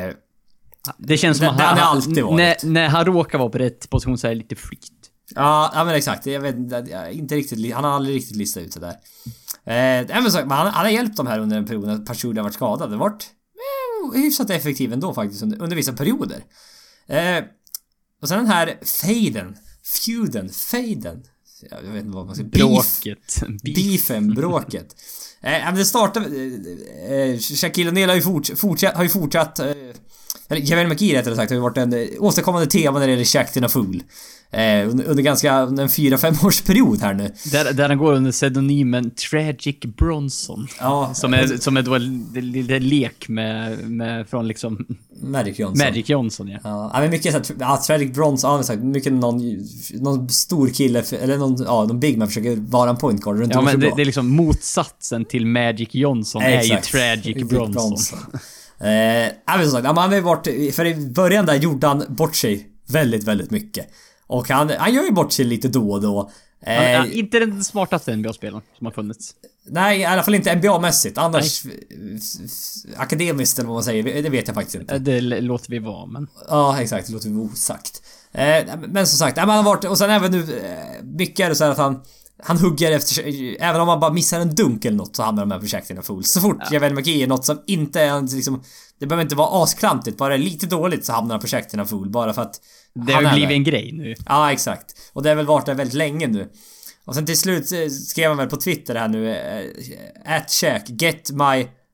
Det känns som
Det-
att
det har
han,
han alltid varit.
när, när han råkar vara på rätt position så är det lite flyt.
Ja, ja men exakt. Jag vet inte, jag- inte riktigt, li- han har aldrig riktigt listat ut det där. Eh, nej, men så, men han, han har hjälpt dem här under en period när Pachulia har varit skadad. Det har varit eh, hyfsat effektiv ändå faktiskt under, under vissa perioder. Eh, och sen den här faden, feuden, faden. Jag vet inte vad man ska... Beef,
Bråket. Beef.
beefen, bråket. Eh, men det startade... Eh, eh, Shaquille O'Neal har ju, forts, fortsatt, har ju fortsatt... Eh, eller Javel McKee rättare sagt har ju varit en eh, återkommande tema när det gäller Shaq till Fool. Eh, under, under ganska under en fyra fem års period här nu.
Där, där han går under pseudonymen Tragic Bronson.
Ja,
Som är, som är då lite lek med, med från liksom
Magic Johnson.
Magic Johnson, ja.
Ja, men mycket såhär, ja, Tragic Bronze, ja, exakt, mycket någon, någon stor kille, eller någon, ja, någon big man försöker vara en point guard runt
Ja,
om
men
så
det,
bra.
det är liksom motsatsen till Magic Johnson är ju
Exakt.
Tragic Bronson.
Eh, ja, men som sagt, ja, men han har ju varit, för i början där gjorde han bort sig väldigt, väldigt mycket. Och han, han gör ju bort sig lite då och då. Eh,
Han är inte den smartaste N B A-spelaren som har funnits.
nej, i alla fall inte N B A-mässigt. Annars, akademiskt eller vad man säger, det vet jag faktiskt inte.
Det l- låter vi vara, men...
Ja, exakt. Det låter vi osagt. Eh, men som sagt, han har varit... Och sen även nu... Eh, mycket är det så här att han... Han hugger efter... Även om man bara missar en dunk eller något så hamnar de här projekten full. Så fort
Ja.
Javel McKee är något som inte är liksom... Det behöver inte vara asklantigt. Bara lite dåligt så hamnar projekten full. Bara för att...
Det
han
har
är
blivit
där.
en grej nu.
Ja, exakt. Och det har väl varit där väldigt länge nu. Och sen till slut eh, skrev han väl på Twitter här nu... At Shaq, get my...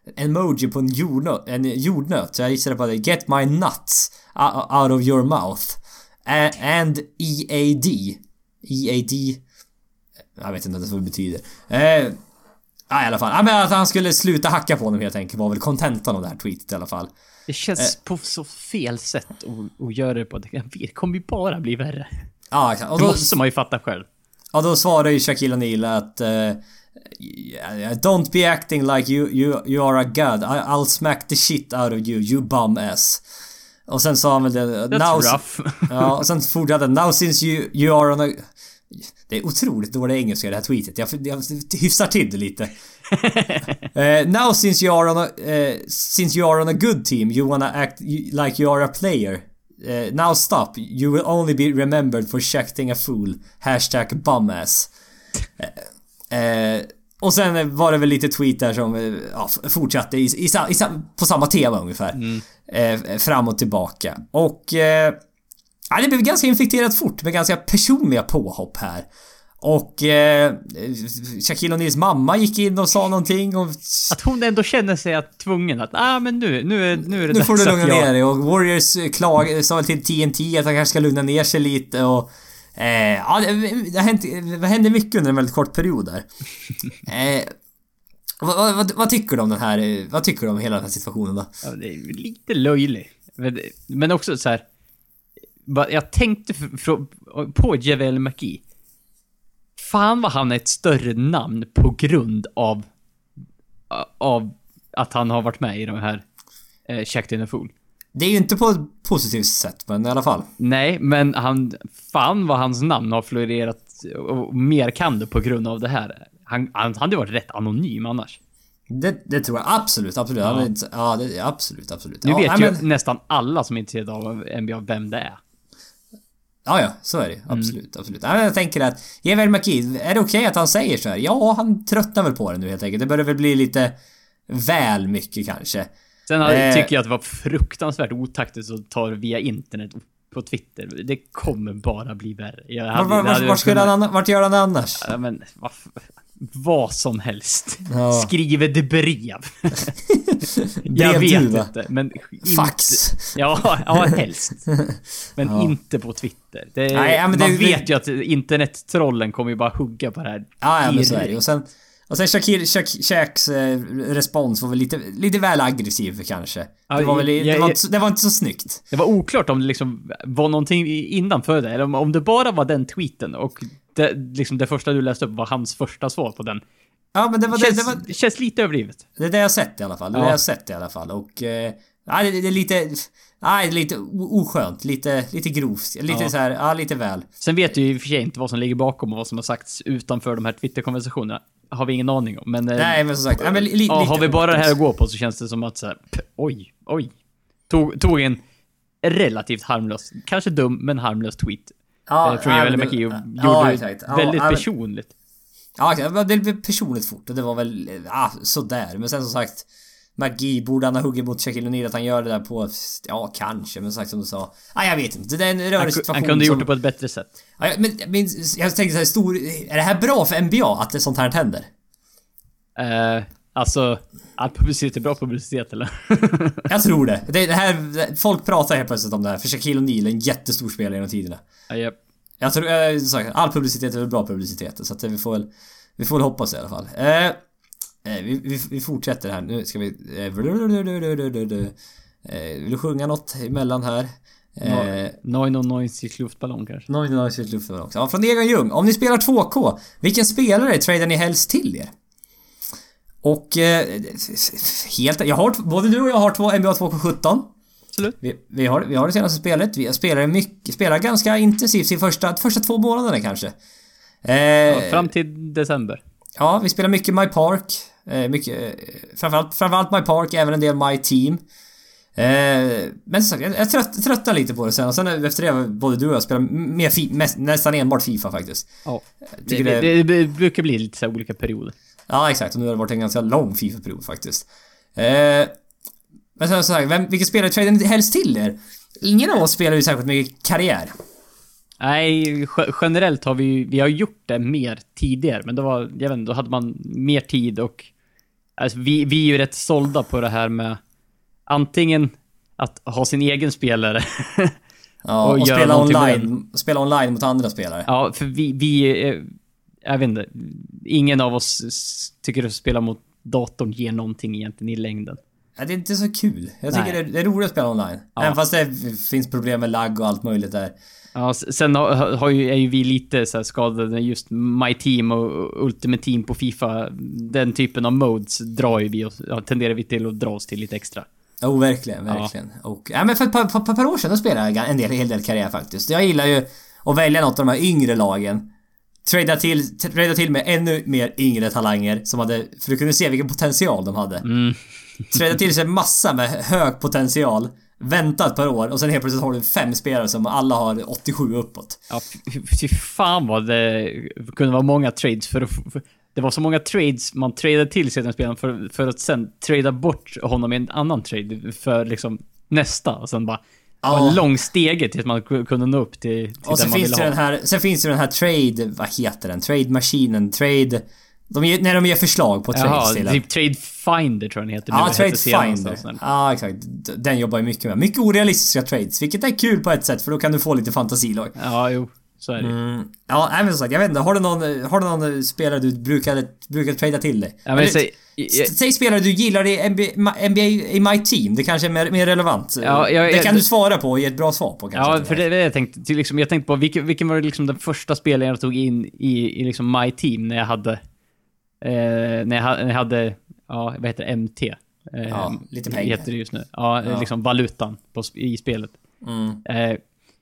emoji på en jordnöt, en jordnöt. Så jag gissade på det. Get my nuts out of your mouth. A- and E A D. E A D. Jag vet inte vad det betyder. Eh, ja, i alla fall. Ja, men att han skulle sluta hacka på honom helt enkelt var väl kontentan av det här tweetet i alla fall.
Det känns eh. på så fel sätt att, att göra det på. Det kommer ju bara bli värre.
Ja, exakt. Och
då
då
måste man ju fatta själv.
Ja, då svarar ju Shaquille O'Neal att uh, don't be acting like you, you, you are a god. I, I'll smack the shit out of you, you bum ass. Och sen sa han väl det.
That's
now,
rough.
Ja, och sen fortsatte now since you, you are on a... Det är otroligt dåligt engelska i det här tweetet. Jag, jag hyfsar till det lite. uh, now since you are on a uh, since you are on a good team, you wanna act like you are a player. Uh, now stop. You will only be remembered for shacking a fool. Hashtag bummass. Uh, uh, och sen var det väl lite tweet där som uh, ja, fortsatte i, i, i, på samma tema ungefär. Mm. Uh, fram och tillbaka. Och uh, ja, det blev ganska infekterat fort med ganska personliga påhopp här. Och eh, Shaquille O'Neals mamma gick in och sa någonting och...
Att hon ändå känner sig att tvungen att ah, men nu, nu, är, nu är det
nu
dags
får du lugna
jag...
ner dig. Och Warriors klag, sa väl till T N T att han kanske ska lugna ner sig lite. Och eh, ja, det, det, hände, det hände mycket under en väldigt kort period där. eh, vad, vad, vad tycker du om den här? Vad tycker du om hela den här situationen då?
Ja, det är lite löjlig. Men, men också så här. Jag tänkte på JaVale McGee. Fan vad han är ett större namn på grund av av att han har varit med i de här eh, Shaq in a Fool.
Det är ju inte på ett positivt sätt, men i alla fall.
Nej, men han fan vad hans namn har florerat och mer kan det på grund av det här. Han, han hade varit rätt anonym annars.
Det, det tror jag absolut, absolut. Ja, ja, det, ja det, absolut, absolut.
Nu
ja,
vet
ja,
ju
men...
nästan alla som är intresserade av N B A vem det är.
Ja, ja, så är det. Absolut, mm. absolut. Ja, jag tänker att JaVale McGee, är det okej okay att han säger så här? Ja, han tröttnar väl på det nu helt enkelt. Det börjar väl bli lite väl mycket kanske.
Sen eh, tycker jag att det var fruktansvärt otaktigt att ta det via internet på Twitter. Det kommer bara bli värre. Jag hade,
var, var, var, var skulle kunnat... han, vart gör han annars?
Ja, men vad, vad som helst.
Ja.
Skriver det brev. Jag vet du, inte, men inte,
fax.
Ja, ja, helst. Men ja. Inte på Twitter. Det, Nej, ja, men man det, vet det... ju att internettrollen kommer ju bara hugga på det här.
Ja, ja men så är det. Och sen och sen Shakir, Shak, Shaks eh, respons var väl lite lite väl aggressiv kanske. Ja, det var väl jag, det, var inte, det var inte så snyggt.
Det var oklart om det liksom var någonting innanför det eller om, om det bara var den tweeten och det, liksom det första du läste upp var hans första svar på den.
Ja, men det var
känns,
det, det var
känns lite överdrivet.
Det är det jag har sett i alla fall. Det är ja. det jag har sett i alla fall och eh, nej, det, det är lite nej, lite oskönt, lite lite grovt, lite ja. så här, ja, lite väl.
Sen vet du ju i och för sig inte vad som ligger bakom och vad som har sagts utanför de här Twitter-konversationerna. Har vi ingen aning om, men
nej, men som sagt, ja, men li,
ja, har vi bara det här att gå på så känns det som att så här, p- oj, oj. Tog tog en relativt harmlös, kanske dum men harmlös tweet. Ja, från JaVale McGee och
ja,
gjorde det ja, väldigt ja, personligt.
Ja, det blev personligt fort och det var väl ja, så där. Men sen som sagt McGee borde han ha huggit mot Shaquille O'Neal att han gör det där på ja, kanske, men sagt som du sa. Ja, jag vet inte. Det är en rörig situation.
Han kunde
som...
gjort det på ett bättre sätt.
Ja, men, men jag tänkte så här stor är det här bra för N B A att det sånt här händer?
Eh, alltså all publicitet är bra publicitet eller?
Jag tror det. det. Det här folk pratar helt plötsligt om det här för Shaquille O'Neal är en jättestor spelare genom tiderna.
Ja, yep.
Jag tror äh, sagt, all publicitet är väl bra publicitet så att vi får väl vi får väl hoppas i alla fall. Eh, eh, vi, vi vi fortsätter här. Nu ska vi eh, eh, vill du sjunga något emellan här?
Eh, Noin och Noins luftballong kanske.
Noin och Noins luftballong. Ja, från Egon Ljung. Om ni spelar två K, vilken spelare tradar ni helst till er? Och eh, helt jag har både du och jag har två N B A två K sjutton.
Absolut.
Vi, vi har vi har det senaste spelet. Vi spelar mycket spelar ganska intensivt i första första två månaderna kanske.
Eh, ja, fram till december.
Ja, vi spelar mycket My Park, eh, mycket eh, framförallt framförallt My Park, även en del My Team. Eh, men så jag, jag trött, tröttnar lite på det sen och sen efter det både du och jag spelar mer fi, mest, nästan enbart FIFA faktiskt.
Ja. Det, det, det, det brukar bli lite så olika perioder.
Ja, exakt. Och nu har det varit en ganska lång FIFA-period faktiskt. Eh, men så, så här, vem, vilken spelare tradar ni helst till er? Ingen av oss spelar ju särskilt mycket karriär.
Nej, generellt har vi vi har gjort det mer tidigare, men då var jag vet inte, då hade man mer tid och Alltså, vi, vi är ju rätt sålda på det här med antingen att ha sin egen spelare
ja, och, och spela online, spela online mot andra spelare.
Ja, för vi, vi är, jag vet inte, ingen av oss tycker att spela mot datorn ger någonting egentligen i längden.
Ja, det är inte så kul. Jag tycker det, det är roligt att spela online. Ja. Även fast det finns problem med lag och allt möjligt där. Ja,
sen har, har ju, är ju vi lite så här skadade. Just My Team och Ultimate Team på FIFA. Den typen av modes drar ju vi och ja, tenderar vi till att dra oss till lite extra.
Jo, oh, verkligen, verkligen. Ja. Och, ja, men för ett par, par, par år sedan då spelade jag en del, en hel del karriär faktiskt. Jag gillar ju att välja något av de här yngre lagen. Trada till, trada till med ännu mer yngre talanger som hade, för du kunde se vilken potential de hade. Mm. Trada till sig massa med hög potential. Vänta ett par år och sen helt plötsligt har du fem spelare som alla har åttiosju uppåt.
Ja, fy fan vad det kunde vara många trades för, för det var så många trades man tradade till sig den spelaren för, för att sen trada bort honom i en annan trade för liksom nästa och sen bara ja. En lång stege tills man kunde nå upp till, till
och sen
man
finns det den här, sen finns ju den här trade, vad heter den? Trade-maskinen, trade... De ger, när de ger förslag på trades till.
Ja, typ Trade Finder tror jag den heter.
Ja, Trade Finder. Ja, exakt. Den jobbar ju mycket med. Mycket orealistiska trades, vilket är kul på ett sätt för då kan du få lite fantasilag.
Ja, jo. Så är det. Mm.
Ja, nej, men så sagt, jag vet inte. Har du någon, har du någon spelare du brukar, brukar trada till dig?
Ja, men säg,
jag, säg spelare du gillar i N B A, N B A i My Team. Det kanske är mer, mer relevant.
Ja, jag,
det
jag,
kan du svara på och ge ett bra svar på kanske.
Ja, för det, det jag tänkte till liksom, jag tänkte på vilken, vilken var liksom den första spelaren jag tog in i, i liksom My Team när jag hade eh, när, jag, när jag hade ja, vad heter det, M T. Eh,
ja, lite pengar.
Heter det just nu. Ja, ja. Liksom valutan på, i spelet.
Mm.
Eh,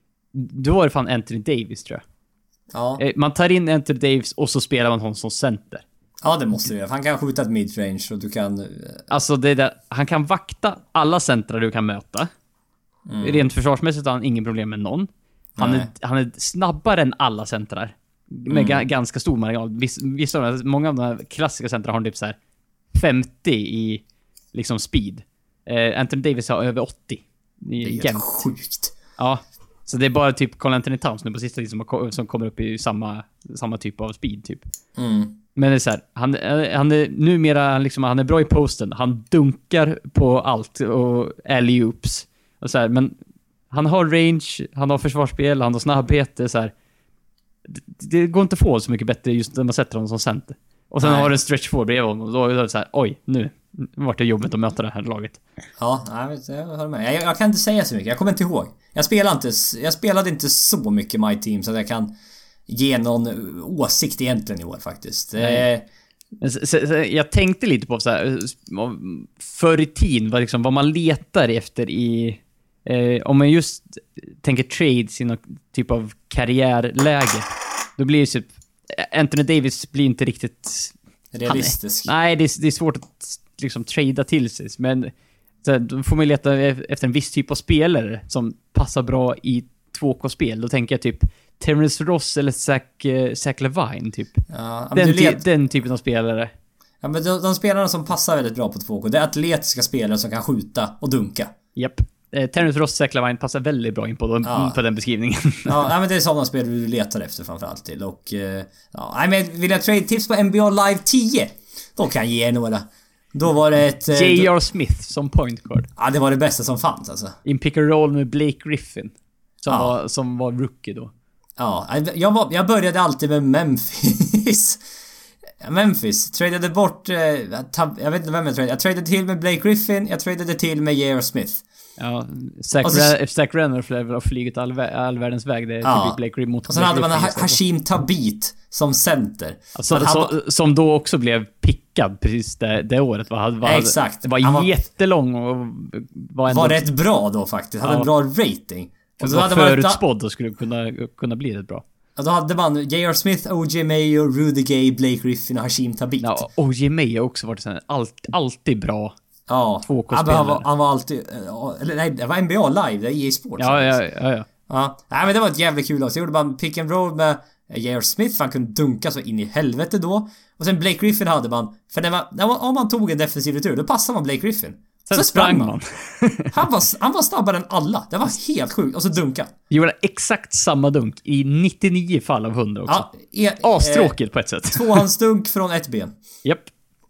då var det fan Anthony Davis tror jag.
Ja.
Man tar in Anthony Davis och så spelar man honom som center.
Ja, det måste du göra. Han kan skjuta ett midrange och du kan...
Alltså, det där, han kan vakta alla centrar du kan möta. Mm. Rent försvarsmässigt har han ingen problem med någon. Han är, han är snabbare än alla centrar. Med mm. ga, ganska stor marginal. Viss, vissa, många av de här klassiska centrar har typ så här femtio i liksom speed. Eh, Anthony Davis har över åttio.
Det är jämt. Sjukt.
Ja. Så det är bara typ Carl Anthony Towns nu på sista tiden som, som kommer upp i samma, samma typ av speed typ.
Mm.
Men det är så här, han, han är numera liksom, han är bra i posten. Han dunkar på allt och alley-oops och så här, men han har range, han har försvarsspel, han har snabbhet, det är så här. Det, det går inte att få så mycket bättre just när man sätter honom som center. Och sen Nej. har du en stretch forward bredvid honom och då är det så här, oj, nu vart det jobbigt att möta det här laget.
Ja, jag, jag hör med. Jag, jag kan inte säga så mycket. Jag kommer inte ihåg. Jag spelade inte jag spelade inte så mycket My Team så att jag kan ge någon åsikt egentligen i år faktiskt. Eh,
så, så, så, jag tänkte lite på så här, förr i tiden vad liksom vad man letar efter i eh, om man just tänker trades i någon typ av karriärläge. Då blir det typ Anthony Davis blir inte riktigt
realistisk.
Han, nej, det är, det är svårt att liksom trada till sig, men så här, då får man leta efter en viss typ av spelare som passar bra i två K-spel. Då tänker jag typ Terrence Ross eller Zach, uh, Zach Levine typ.
Ja,
den, ty- den typen av spelare.
Ja, men de, de spelarna som passar väldigt bra på två K, det är atletiska spelare som kan skjuta och dunka.
Japp. Eh, Terrence Ross, Zach Levine passar väldigt bra in på, de, ja. på den beskrivningen.
Ja, men det är sådana spel du letar efter framförallt till. Och uh, ja, nej, men vill jag trade tips på N B A Live tio? Då kan jag ge några. Då var det ett...
J R. Smith som point guard.
Ja, det var det bästa som fanns alltså.
In pick and roll med Blake Griffin. Som, ja. var, som var rookie då.
Ja, jag, var, jag började alltid med Memphis. Memphis. Tradade bort... Tab, jag vet inte vem jag tradade. Jag tradade till med Blake Griffin. Jag tradade till med J R. Smith.
Ja, Zach, så, Ra- Zach Renner har flugit all, all världens väg. Det är ja. typ Blake Griffin mot
och sen hade man ha- Hashim Thabit som center.
Alltså, så, var, som då också blev pickad precis det, det året. Var, var,
exakt.
Det var, var jättelång och var, ändå,
var rätt bra då faktiskt. Hade ja. en bra rating.
Och så hade förutspådd då skulle kunna, kunna bli rätt bra.
Och då hade man J R. Smith, O J Mayo, Rudy Gay, Blake Griffin och Hashim Thabit.
Ja, O J Mayo har också varit sån allt, alltid bra.
Ja,
två K-spelare.
Han var, han var alltid... Eller nej, det var N B A Live, det är E A Sports.
Ja, ja, ja, ja.
Ja, nej, men det var ett jävligt kul lag. Så gjorde man pick and roll med J R. Smith, för han kunde dunka så in i helvete då. Och sen Blake Griffin hade man... För när man, när man, om man tog en defensiv retur, då passade man Blake Griffin.
Sen så sprang man. man.
han, var, han var snabbare än alla. Det var helt sjukt. Och så dunka.
Gjorde exakt samma dunk i nittionio fall av hundra också. Ja, e- Astråkigt eh, på ett sätt.
Tvåhandsdunk från ett ben.
Japp.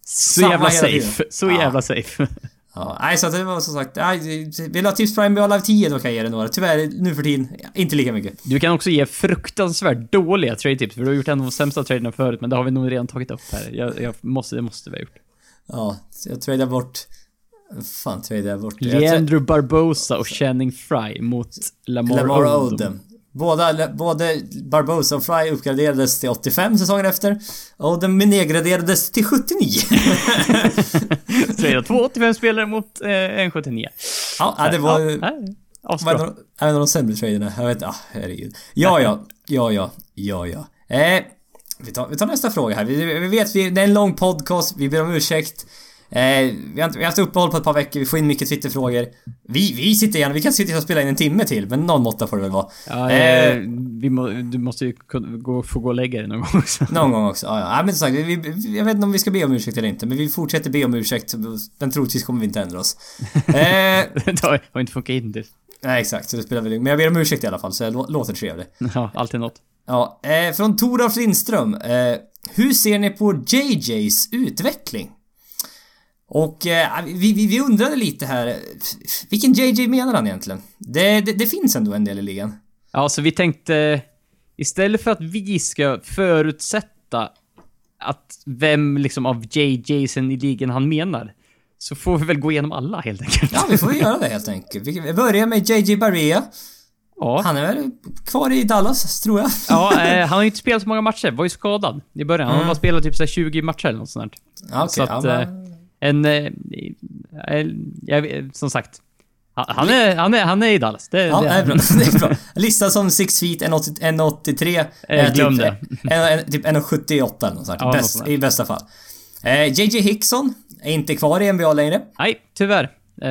Så
Samma
jävla
hela tiden.
safe. Så
Ja.
jävla safe.
Ja, nej, så att det var som sagt, nej, vill du ha tips på N B A Live tio då kan jag ge det några. Tyvärr, nu för tiden, inte lika mycket.
Du kan också ge fruktansvärt dåliga trade-tips, för du har gjort en av de sämsta traderna förut, men det har vi nog redan tagit upp här. Jag, jag måste, det måste vi ha gjort.
Ja, jag tradar bort... Fan, tradar jag bort...
Leandro Barbosa och Channing Frye mot Lamar,
Lamar
Odom.
Odom. Båda, både Barbosa och Fry uppgraderades till åttiofem säsongen efter. Odom nedgraderades till sjuttionio.
Så är det två åttiofem-spelare mot eh, en sjuttionio.
Ja, det var...
Ja, ja,
var en av, en av de sämre traderna. Jag vet, ah, herregud. Ja, ja, ja, ja, ja, ja. Eh, vi, tar, vi tar nästa fråga här. Vi, vi vet, vi, det är en lång podcast. Vi ber om ursäkt. Eh, vi, har, vi har haft uppehåll på ett par veckor. Vi får in mycket Twitterfrågor. Vi, vi sitter gärna. Vi kan sitta och spela in en timme till. Men någon måtta får det väl vara.
Ja,
eh,
vi må, du måste ju gå, få gå och lägga dig någon gång också.
Någon gång också. Ja, ja. ja men som sagt, vi, vi, jag vet inte om vi ska be om ursäkt eller inte. Men vi fortsätter be om ursäkt. Men troligtvis kommer vi inte ändra oss. Eh,
det har, har inte funkat in det.
nej, exakt. Så det spelar väl. Men jag ber om ursäkt i alla fall. Så jag låter trevlig.
Ja, alltid något.
Ja, eh, från Toralf Lindström. Eh, hur ser ni på J J:s utveckling? Och eh, vi, vi, vi undrade lite här. Vilken J J menar han egentligen? Det, det, det finns ändå en del i ligan.
Ja, så vi tänkte... Istället för att vi ska förutsätta att vem liksom av J J:s i ligan han menar, så får vi väl gå igenom alla helt enkelt.
Ja, vi får göra det helt enkelt. Vi börjar med J J Barea.
Ja.
Han är väl kvar i Dallas, tror jag.
Ja, eh, han har ju inte spelat så många matcher. Var ju skadad i början. Han har
Mm.
bara spelat typ så här tjugo matcher eller något sånt där.
Ja, okej.
Så att,
ja,
eh,
men...
en... Eh, eh, jag, som sagt, han han är, han är, han är i Dallas. Det,
Ja,
det
det är bra. Det är bra. Listad som sex feet, en åttiotre.
Eh, glöm det.
Typ en sjuttioåtta eller något sånt.
Ja,
Bäst,
något sånt.
i bästa fall. Eh, J J Hickson är inte kvar i N B A längre.
Nej, tyvärr. Eh,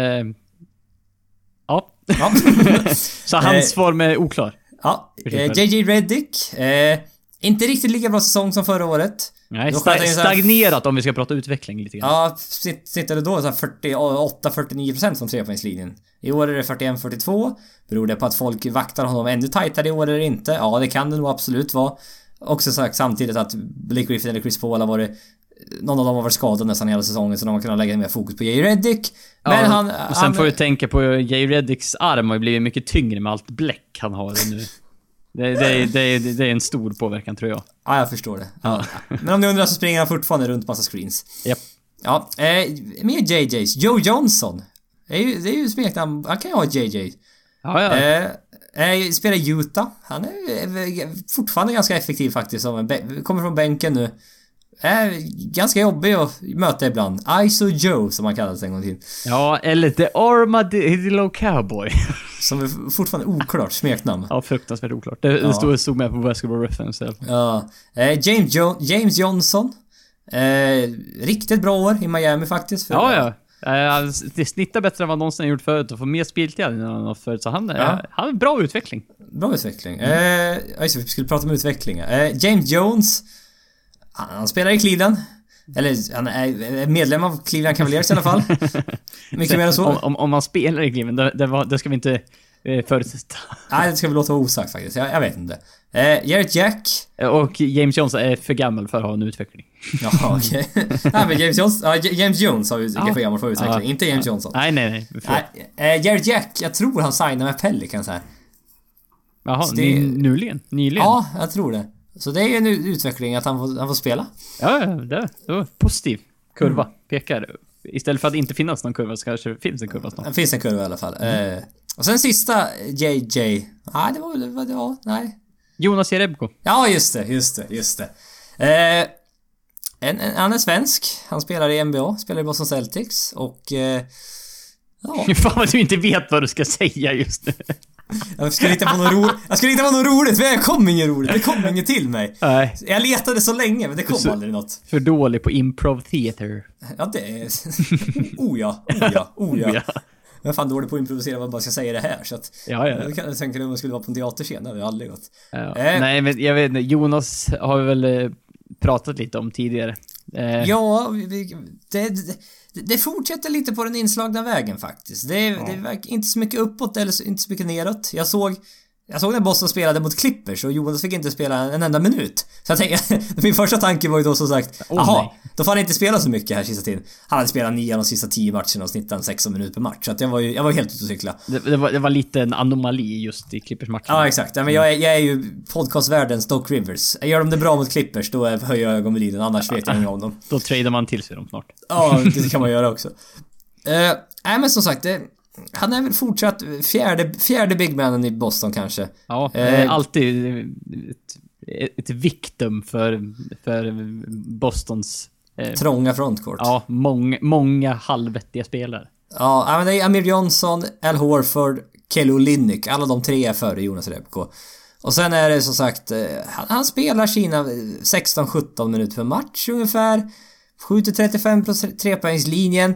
ja.
Ja.
Så hans
Eh,
form är oklar.
Ja, eh, J J Redick. Eh, inte riktigt lika bra säsong som förra året.
Nej,
Då
sta-
sköt han ju så här-
stagnerat om vi ska prata utveckling lite grann.
Ja, sitt- sittade då så här fyrtioåtta till fyrtionio procent från trepoängslinjen. I år är det fyrtioett till fyrtiotvå. Beror det på att folk vaktar honom ännu tajtare i år eller inte? Ja, det kan det nog absolut vara. Också sagt samtidigt att Blake Griffin eller Chris Paul har varit... Någon av dem har varit skadad nästan hela säsongen, så de har kunnat lägga mer fokus på J J Redick. Men
Ja,
han...
och sen
han,
får vi tänka på J Redicks arm har ju blivit mycket tyngre med allt bläck han har nu. Det, det, det, det, det är en stor påverkan, tror jag.
Ja, jag förstår det.
Ja.
Men om ni undrar så springer han fortfarande runt massa screens.
Japp.
Ja, eh, med J J's. Joe Johnson. Det är ju, det är ju smeknamn. Han kan ju ha ett J J.
Ja, ja.
Eh, eh, spelar i Utah. Han är eh, fortfarande ganska effektiv faktiskt. Som en bä- kommer från bänken nu. Är ganska jobbig att möta ibland. I S O Joe, som han kallades en gång till.
Ja, eller The Armadillo Cowboy.
Som är fortfarande oklart smeknamn.
Ja, fruktansvärt oklart. Det,
Ja.
det stod, stod med på Basketball Reference.
Ja. Eh, James, jo- James Johnson. Eh, riktigt bra år i Miami faktiskt. För,
Ja, ja. Eh, Det snittar bättre än vad någonsin har gjort förut och får mer speltid än han har förut. Så han,
Ja.
ja. han har en bra utveckling.
Bra utveckling. Eh, just, det, vi skulle prata om utveckling. Eh, James Jones. Han, han spelar i Cleveland. Eller han är medlem av Cleveland Cavaliers i alla fall. Mycket mer än så.
Om, om, om man spelar i Cleveland, det, det, var, det ska vi inte eh, förutsätta.
Nej, det ska vi låta vara osagt faktiskt. Jag, jag vet inte. Eh, Jarrett Jack.
Och James Jones är för gammal för att ha en utveckling.
Ja, okej. Nej, men James Jones, ja, James Jones har ju
Ja.
för gammal för utveckling.
Ja.
Inte James Johnson.
Nej, nej, nej. Förlåt.
Nej, eh, Jarrett Jack, jag tror han signar med Pelicans här.
Jaha,
Så det-
ny, nyligen. Nyligen.
Ja, jag tror det. Så det är ju en u- utveckling att han får, han får spela.
Ja, ja, det, det var positiv kurva.
Mm.
Pekar. Istället för att det inte finnas någon kurva så kanske det finns en kurva snart.
Det finns en kurva i alla fall. Eh, och sen sista J J. Nej, det var väl vad det var. Nej.
Jonas Jerebko.
Ja, just det, just det, just det. Eh, en, en, han är svensk. Han spelar i N B A, spelar i Boston Celtics och... Eh, ja,
Fan vad du inte vet vad du ska säga just nu.
jag skulle inte vara något roligt. Jag skulle inte vara något roligt, för det kom inget roligt. Det kom inget till mig.
Nej,
Jag letade så länge, men det kom
Så-
aldrig något.
för dålig på improv theater.
Ja, det är... Oh ja, oh ja, oh ja.
Oh ja.
Jag är fan dålig på att improvisera vad man bara ska säga det här, så att...
Ja, ja.
Jag kan tänka mig om man skulle vara på en teaterscen, det hade aldrig gått.
Ja.
Eh.
Nej, men jag vet inte. Jonas har vi väl eh, pratat lite om tidigare. Eh,
Ja, vi, vi, det, det, det fortsätter lite på den inslagna vägen faktiskt. Det,
Ja.
det verkar inte så mycket uppåt eller så, inte så mycket neråt. Jag såg Jag såg när Boston spelade mot Clippers och Jonas fick inte spela en enda minut. Så jag tänkte, min första tanke var ju då som sagt, jaha, oh, då får han inte spela så mycket här sista tiden. Han hade spelat nio av de sista tio matcherna och snittat sexton minuter per match. Så att jag var ju, jag var helt ute och cykla.
Det, det, var, det var lite en anomali just i Clippers-matchen.
Ja, exakt. Ja, men jag, är, jag är ju podcastvärldens Doc Rivers. Gör de det bra mot Clippers, då höjer jag ögonbrynen, annars vet jag inte om dem.
Då tradar man till sig dem snart.
Ja, det kan man göra också. Uh, nej, men som sagt, det, han är väl fortsatt fjärde, fjärde bigmannen i Boston kanske.
Ja, uh, alltid ett, ett viktum för, för Bostons...
Uh, trånga frontcourt.
Ja, många, många halvvettiga spelare.
Ja, men det är Amir Johnson, Al Horford, Kelly Olynyk. Alla de tre är före Jonas Repko. Och sen är det som sagt, han, han spelar sina sexton sjutton minuter per match ungefär. Skjuter trettiofem på trepoängslinjen.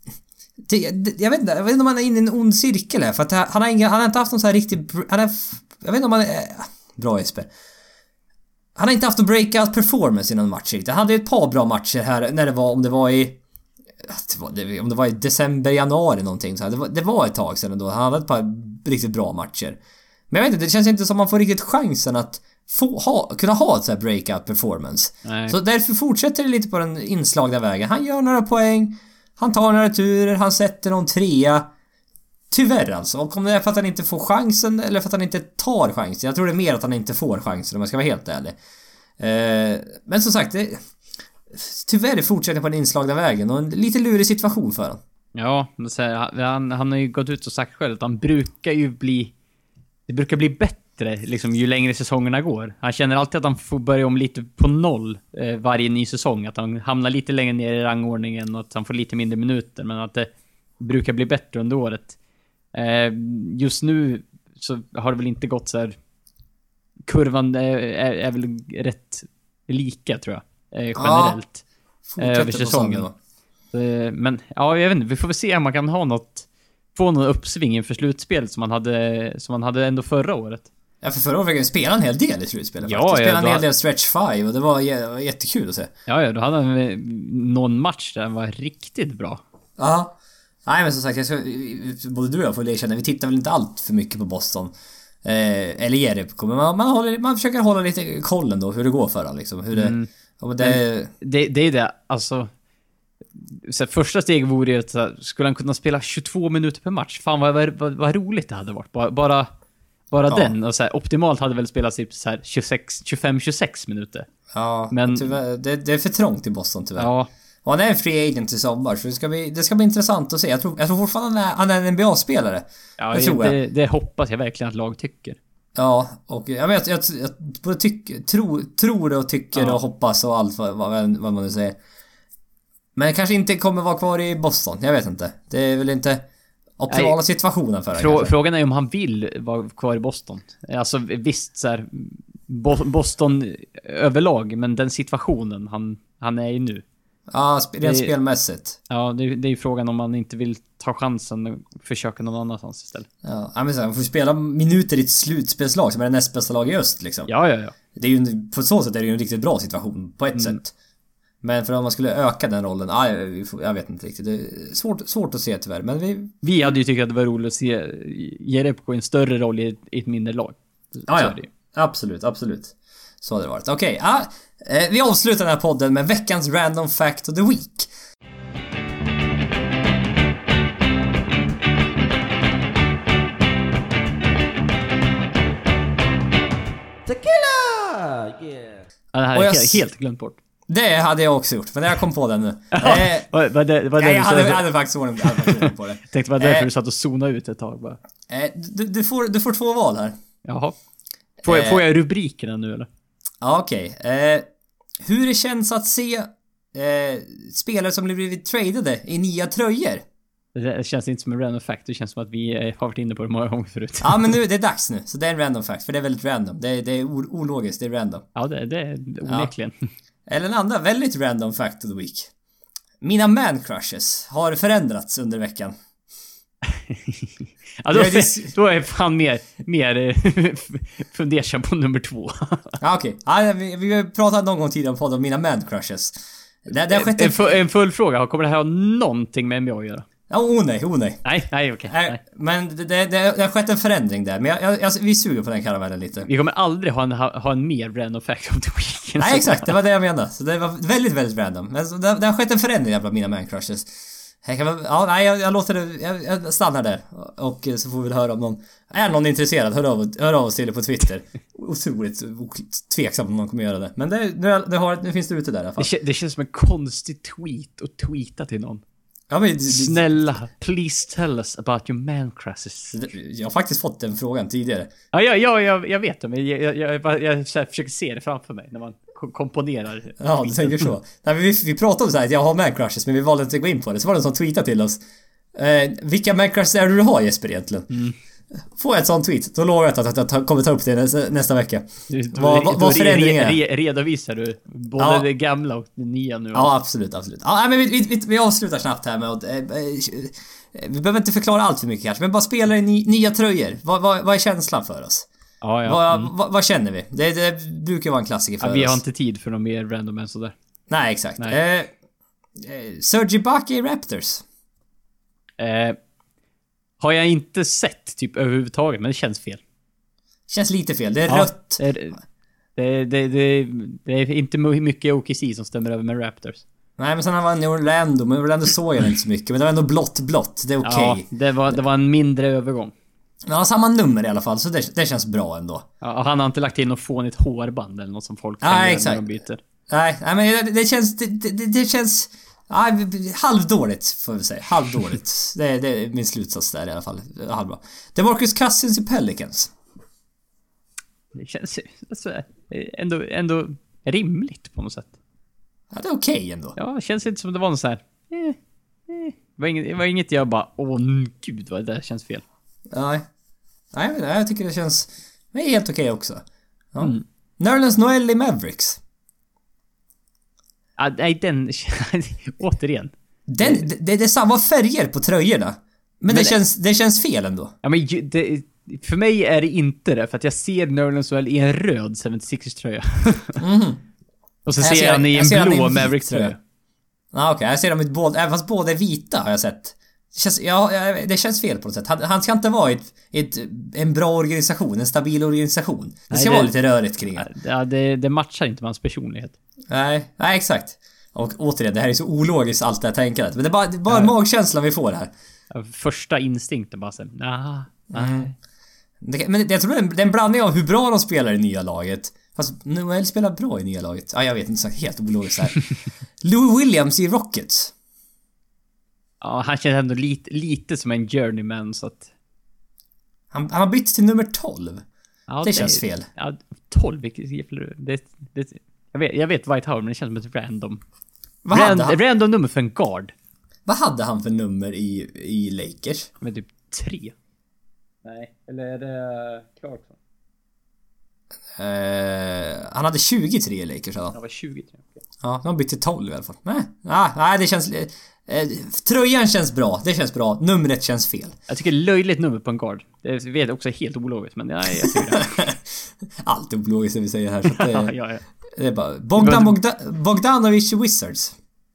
Det, det, jag vet inte, jag vet inte om han är inne i en ond cirkel här, för att han har ingen, han har inte haft någon så här riktigt, han är, jag vet inte om han är, bra Jesper. Han har inte haft en breakout performance i någon match riktigt. Han hade ett par bra matcher här när det var, om det var i det var, det, om det var i december, januari någonting så här. Det var, det var ett tag sedan då. Han hade ett par riktigt bra matcher. Men jag vet inte, det känns inte som man får riktigt chansen att få, ha, kunna ha ett så här breakout performance. Nej. Så därför fortsätter det lite på den inslagna vägen. Han gör några poäng, han tar några turer, han sätter någon trea. Tyvärr alltså. Och om det är för att han inte får chansen eller för att han inte tar chansen. Jag tror det är mer att han inte får chansen om jag ska vara helt ärlig. Eh, men som sagt, det, tyvärr är fortsättning på den inslagna vägen och en lite lurig situation för honom.
Ja, han, han har ju gått ut och sagt själv att han brukar ju bli det brukar bli bättre liksom ju längre säsongerna går. Han känner alltid att han får börja om lite på noll eh, varje ny säsong, att han hamnar lite längre ner i rangordningen och att han får lite mindre minuter, men att det brukar bli bättre under året. Eh, just nu så har det väl inte gått så här, kurvan är, är, är väl rätt lika tror jag eh, generellt
ja, eh, över säsongen.
Eh, men ja, jag vet inte, vi får väl se om man kan ha något få någon uppsving inför slutspelet som man hade som man hade ändå förra året.
Ja, för förra året fick jag spela en hel del i slutspelet.
Ja,
spela
ja,
en hel del stretch five och det var j- jättekul att se.
Ja, ja, då hade han någon match där var riktigt bra.
Ja. Nej, men som sagt, jag ska, både du och jag får erkänna, vi tittar väl inte allt för mycket på Boston. Eh, eller Jerepko, men man, man, håller, man försöker hålla lite kollen då, hur det går för han liksom. Hur det, mm. ja, det,
det, det är det, alltså så här, första steg vore ju att så här, skulle han kunna spela tjugotvå minuter per match. Fan vad, vad, vad roligt det hade varit. Bara, bara, bara ja. den. Och så här, optimalt hade väl spelat typ så här tjugofem tjugosex minuter.
Ja, men tyvärr, det, det är för trångt i Boston tyvärr. Ja. Och han är en free agent i sommar, så det ska bli, det ska bli intressant att se. Jag tror, jag tror fortfarande han är, han är en N B A-spelare.
Ja,
det, tror
det,
jag.
det hoppas jag verkligen att lag tycker.
Ja, och jag vet, jag, jag, jag både tyck, tro, tror det och tycker ja. och hoppas och allt vad, vad, vad man nu säger. Men kanske inte kommer vara kvar i Boston, jag vet inte. Det är väl inte optimala Nej, situationen för
frå- Frågan är om han vill vara kvar i Boston. Alltså visst så här, Bo- Boston överlag, men den situationen han, han är i nu.
Ja, sp- rent spelmässigt.
Ja, det, det är ju frågan om han inte vill ta chansen och försöka någon annanstans istället.
Ja, men så han får spela minuter i ett slutspelslag som är det näst bästa lag i öst liksom.
Ja, ja, ja.
Det är ju, på så sätt är det ju en riktigt bra situation på ett mm. sätt. Men för om man skulle öka den rollen, ah, jag, jag vet inte riktigt. Det är svårt, svårt att se tyvärr, men vi...
Vi hade ju tyckt att det var roligt att se Jerepko en större roll i ett, i ett mindre lag.
Ah, ja, absolut, absolut. Så hade det varit. Okej, okay, ah, eh, vi avslutar den här podden med veckans random fact of the week.
Tequila! Yeah. Ja, det här är jag... helt, helt glömt bort.
Det hade jag också gjort, men jag kom på den nu.
Ja, eh, var, var det, var det
nej, jag, hade, jag hade faktiskt ordning på det.
Jag tänkte, var det därför eh, du satt och zonade ut ett tag bara.
Eh, du, du, får, du får två val här.
Jaha. Får jag, eh, får jag rubrikerna nu eller?
Ja, okej. Okay. Eh, hur det känns att se eh, spelare som blivit tradade i nya tröjor?
Det känns inte som en random fact. Det känns som att vi har varit inne på det många gånger förut.
Ja, men nu det är dags nu. Så det är en random fact, för det är väldigt random. Det är, det är ologiskt, det är random.
Ja, det, det är onekligen. Ja.
Eller en annan väldigt random fact of the week. Mina man crushes har förändrats under veckan.
Ja, då, är, då är fan mer, mer fundersam på nummer två.
Ja, okej. Okay. Ja, vi, vi har pratat någon gång tidigare om podden om mina man crushes. Det, det har skett
en, en, en full fråga. Kommer det här ha någonting med N B A att göra?
Ja, oh nej, oh nej.
Nej, nej okej.
Nej,
nej.
men det, det, det har skett en förändring där. Men jag, jag, jag, vi suger på den karamellen lite.
Vi kommer aldrig ha en, ha, ha en mer random fact of the week.
Nej, exakt. Det var det jag menade. Så det var väldigt, väldigt random. Men så det, det har skett en förändring där bland mina man crushes. Här kan man, ja, nej, jag, jag låter det... Jag, jag stannar där. Och så får vi väl höra om någon... Är någon intresserad, hör av, hör av oss till det på Twitter. Otroligt tveksam om någon kommer göra det. Men det, det, det, har, det finns det ute där i alla fall.
Det, det känns som en konstig tweet att tweeta till någon.
Ja, men,
Snälla, please tell us about your man crushes.
Jag har faktiskt fått den frågan tidigare.
Ja, ja, ja jag, jag vet det, men jag, jag, jag, jag, jag så här, försöker se det framför mig när man komponerar.
Ja, du tänker så. Nej, men vi, vi pratade om så här att jag har man crushes, men vi valde inte att gå in på det. Så var det en som tweetade till oss. Eh, vilka man crushes är det du har, Jesper, egentligen? Mm. Får jag ett sånt tweet, då lovar jag att jag ta, kommer ta upp det nästa, nästa vecka.
Då,
vad vad, vad förändringen är.
Re, redovisar du både ja. det gamla och det nya nu?
Ja, absolut, absolut. Ja, men vi, vi, vi, vi avslutar snabbt här med att... Eh, eh, vi behöver inte förklara allt för mycket kanske, men bara spela i ny, nya tröjor. Vad, vad, vad är känslan för oss?
Ja, ja.
Vad,
mm.
vad, vad känner vi? Det, det brukar vara en klassiker för
ja,
oss.
vi har inte tid för något mer random än sådär.
Nej, exakt.
Nej.
Eh, eh, Serge Ibaka i Raptors.
Eh, har jag inte sett typ överhuvudtaget, men det känns fel.
Känns lite fel. Det är
ja,
rött.
Det är, det, det, det, det är inte mycket O K C som stämmer över med Raptors.
Nej, men sen han var i Orlando, men Orlando såg jag inte så mycket. Men det var ändå blått, blått. Det är okej. Okay.
Ja, det var, det var en mindre övergång.
Ja, samma nummer i alla fall, så det, det känns bra ändå.
Ja, han har inte lagt in något fånigt hårband eller något som folk kan
nej,
göra
exakt.
när de byter.
Nej, nej men det, det känns... Det, det, det känns... Ja, halvdåligt får vi säga. Halvdåligt. det, det är min slutsats där i alla fall. Halvbra. Det var Marcus Cousins i Pelicans.
Det känns alltså, ändå, ändå rimligt på något sätt.
Ja, det är okej okay ändå.
Ja, det känns inte som det var något så här. Eh, eh. Det, var inget, det var inget jag bara, åh gud vad det där känns fel.
Nej. Nej, men jag tycker det känns... Det är helt okej okay också. Ja. Mm. Nerlens Noel i Mavericks.
Ah, nej, den... återigen.
Den, det, det är samma färger på tröjorna. Men, men det, det, känns, det känns fel ändå.
Ja, men det, för mig är det inte det. För att jag ser Nerlens Noel i en röd sjuttiosex-tröja. Mm. Och så jag ser han i en blå Mavericks-tröja.
Ja, okej. Okay. Jag ser dem i båda... Även fast båda är vita har jag sett. Det känns, ja, det känns fel på något sätt. Han, han ska inte vara i ett, ett, en bra organisation, en stabil organisation. Det ska nej, det, vara lite rörigt kring det.
Ja, det, det matchar inte med hans personlighet.
Nej, nej exakt. Och återigen, det här är så ologiskt allt det här tänkandet. Men det är bara, det är bara ja. magkänslan vi får här.
Ja, första instinkten bara såhär, nah, nej.
Mm. Det, men jag tror det är en blandning av hur bra de spelar i nya laget. Fast Noel spelar bra i nya laget. Ja, jag vet inte, så helt ologiskt här. Louis Williams i Rockets.
Ja, han känns ändå lite, lite som en journeyman så att...
Han, han har bytt till nummer tolv. Ja, det, det känns fel.
Ja, tolv, vilket jävla... Det, det, jag, vet, jag vet White House, men det känns som ett random...
Vad
Rand,
hade han?
Random nummer för en guard.
Vad hade han för nummer i, i Lakers?
Men typ tre. Nej, eller är det Clarkson?
Uh, han hade tjugotre i Lakers,
ja. Han var tjugotre, okay.
Ja, de har bytt till tolv i alla fall. Nej, ah, nej det känns... Eh, tröjan känns bra, det känns bra. Numret känns fel.
Jag tycker löjligt nummer på en guard. Det vet också helt ologiskt, men ja, jag tycker det.
Allt är ologiskt det vi säger här. Så det,
ja, ja, ja.
Det är bara... Bogdan Bogda, Bogdanovic Wizards.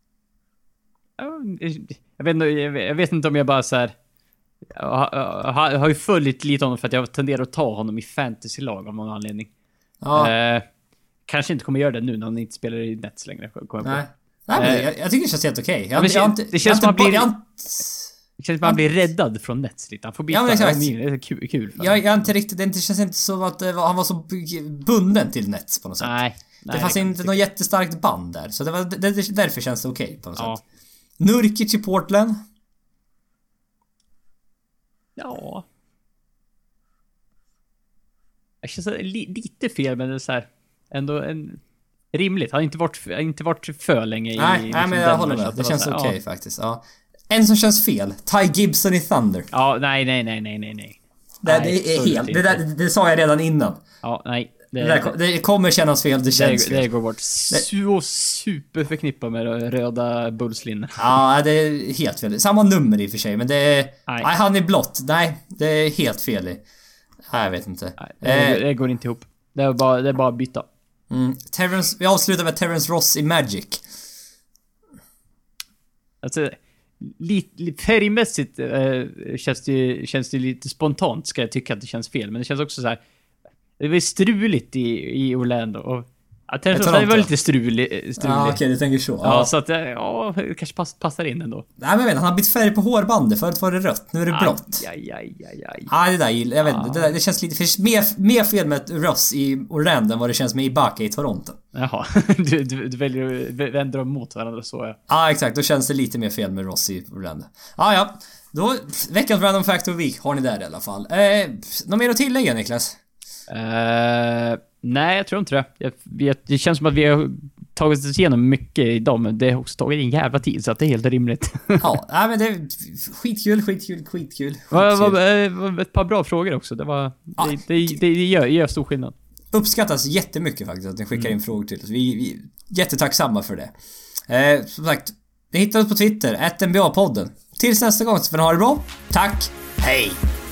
Jag vet, jag vet inte om jag bara så här... Jag har, jag har ju följt lite honom för att jag tenderar att ta honom i fantasy-lag av någon anledning. Ja. Eh, kanske inte kommer göra det nu när han inte spelar i Nets längre.
Nej. Nej, men jag, jag tycker det känns helt okej. Okay.
Det, det, det känns som att man blir... Det känns som att man blir räddad från Nets lite. Han får byta. Ja, men exakt. Det är kul. kul
jag, jag är inte riktigt... Det känns inte så att han var så bunden till Nets på något sätt.
Nej. nej
det fanns inte något jättestarkt band där. Så det var, det, därför känns det okej okay på något ja. sätt. Nurkic i Portland.
Ja. Jag känns li, lite fel, men det är så här ändå en rimligt. Han har inte varit inte varit för länge i
Nej,
liksom
nej men jag håller med. Det, det känns okej okay, ja. faktiskt. Ja. En som känns fel. Ty Gibson i Thunder.
Ja, nej nej nej nej nej nej.
Det, det är helt. Det, där, det sa jag redan innan.
Ja, nej.
Det, det, där, det kommer kännas fel, det känns
det,
fel.
Det går bort. Så super förknippat med röda bullslinner.
Ja, det är helt fel. Samma nummer i och för sig, men det är... Nej, nej han är blått. Nej, det är helt fel i. Nej, jag vet inte.
Nej, det, eh, det går inte ihop. Det är bara, det är bara att byta.
Mm, Terrence, vi avslutar med Terrence Ross i Magic.
Alltså, lite, lite färgmässigt eh, känns, det, känns det lite spontant, ska jag tycka att det känns fel. Men det känns också så här, det var struligt i, i Orlando. Och jag tänkte att det var lite struligt. struligt.
Ja, okej, okay, du tänker så.
Ja, ja, så att ja, det kanske pass, passar in ändå.
Nej, men jag vet, han har bytt färg på hårbandet. Förut var det rött, nu är det blått.
Aj, aj, aj, aj.
Ja, det där gillar jag. Vet, det, där, det känns lite för, mer, mer fel med Russ i Orlando än vad det känns med Ibaka i Toronto.
Jaha, du, du, du väljer att vända dem mot varandra så, ja.
Ja, exakt. Då känns det lite mer fel med Russ i Orlando. Ja, ja. Då, veckans Random Fact of the Week har ni där i alla fall. Eh, något mer att tillägga, Niklas?
Uh, nej, jag tror inte det. Jag, jag, det känns som att vi har tagit oss igenom mycket idag, men det har också tagit en jävla tid, så att det är helt rimligt.
Ja, nej, men det är skitkul, skitkul, skitkul.
Det var, var ett par bra frågor också. Det var ja. det, det, det, det gör, gör stor skillnad.
Uppskattas jättemycket faktiskt att ni skickar in mm. frågor till oss. Vi, vi är jättetacksamma för det. Eh, som sagt, ni hittar oss på Twitter, at N B A-podden. Tills nästa gång så får ni ha det bra. Tack, hej!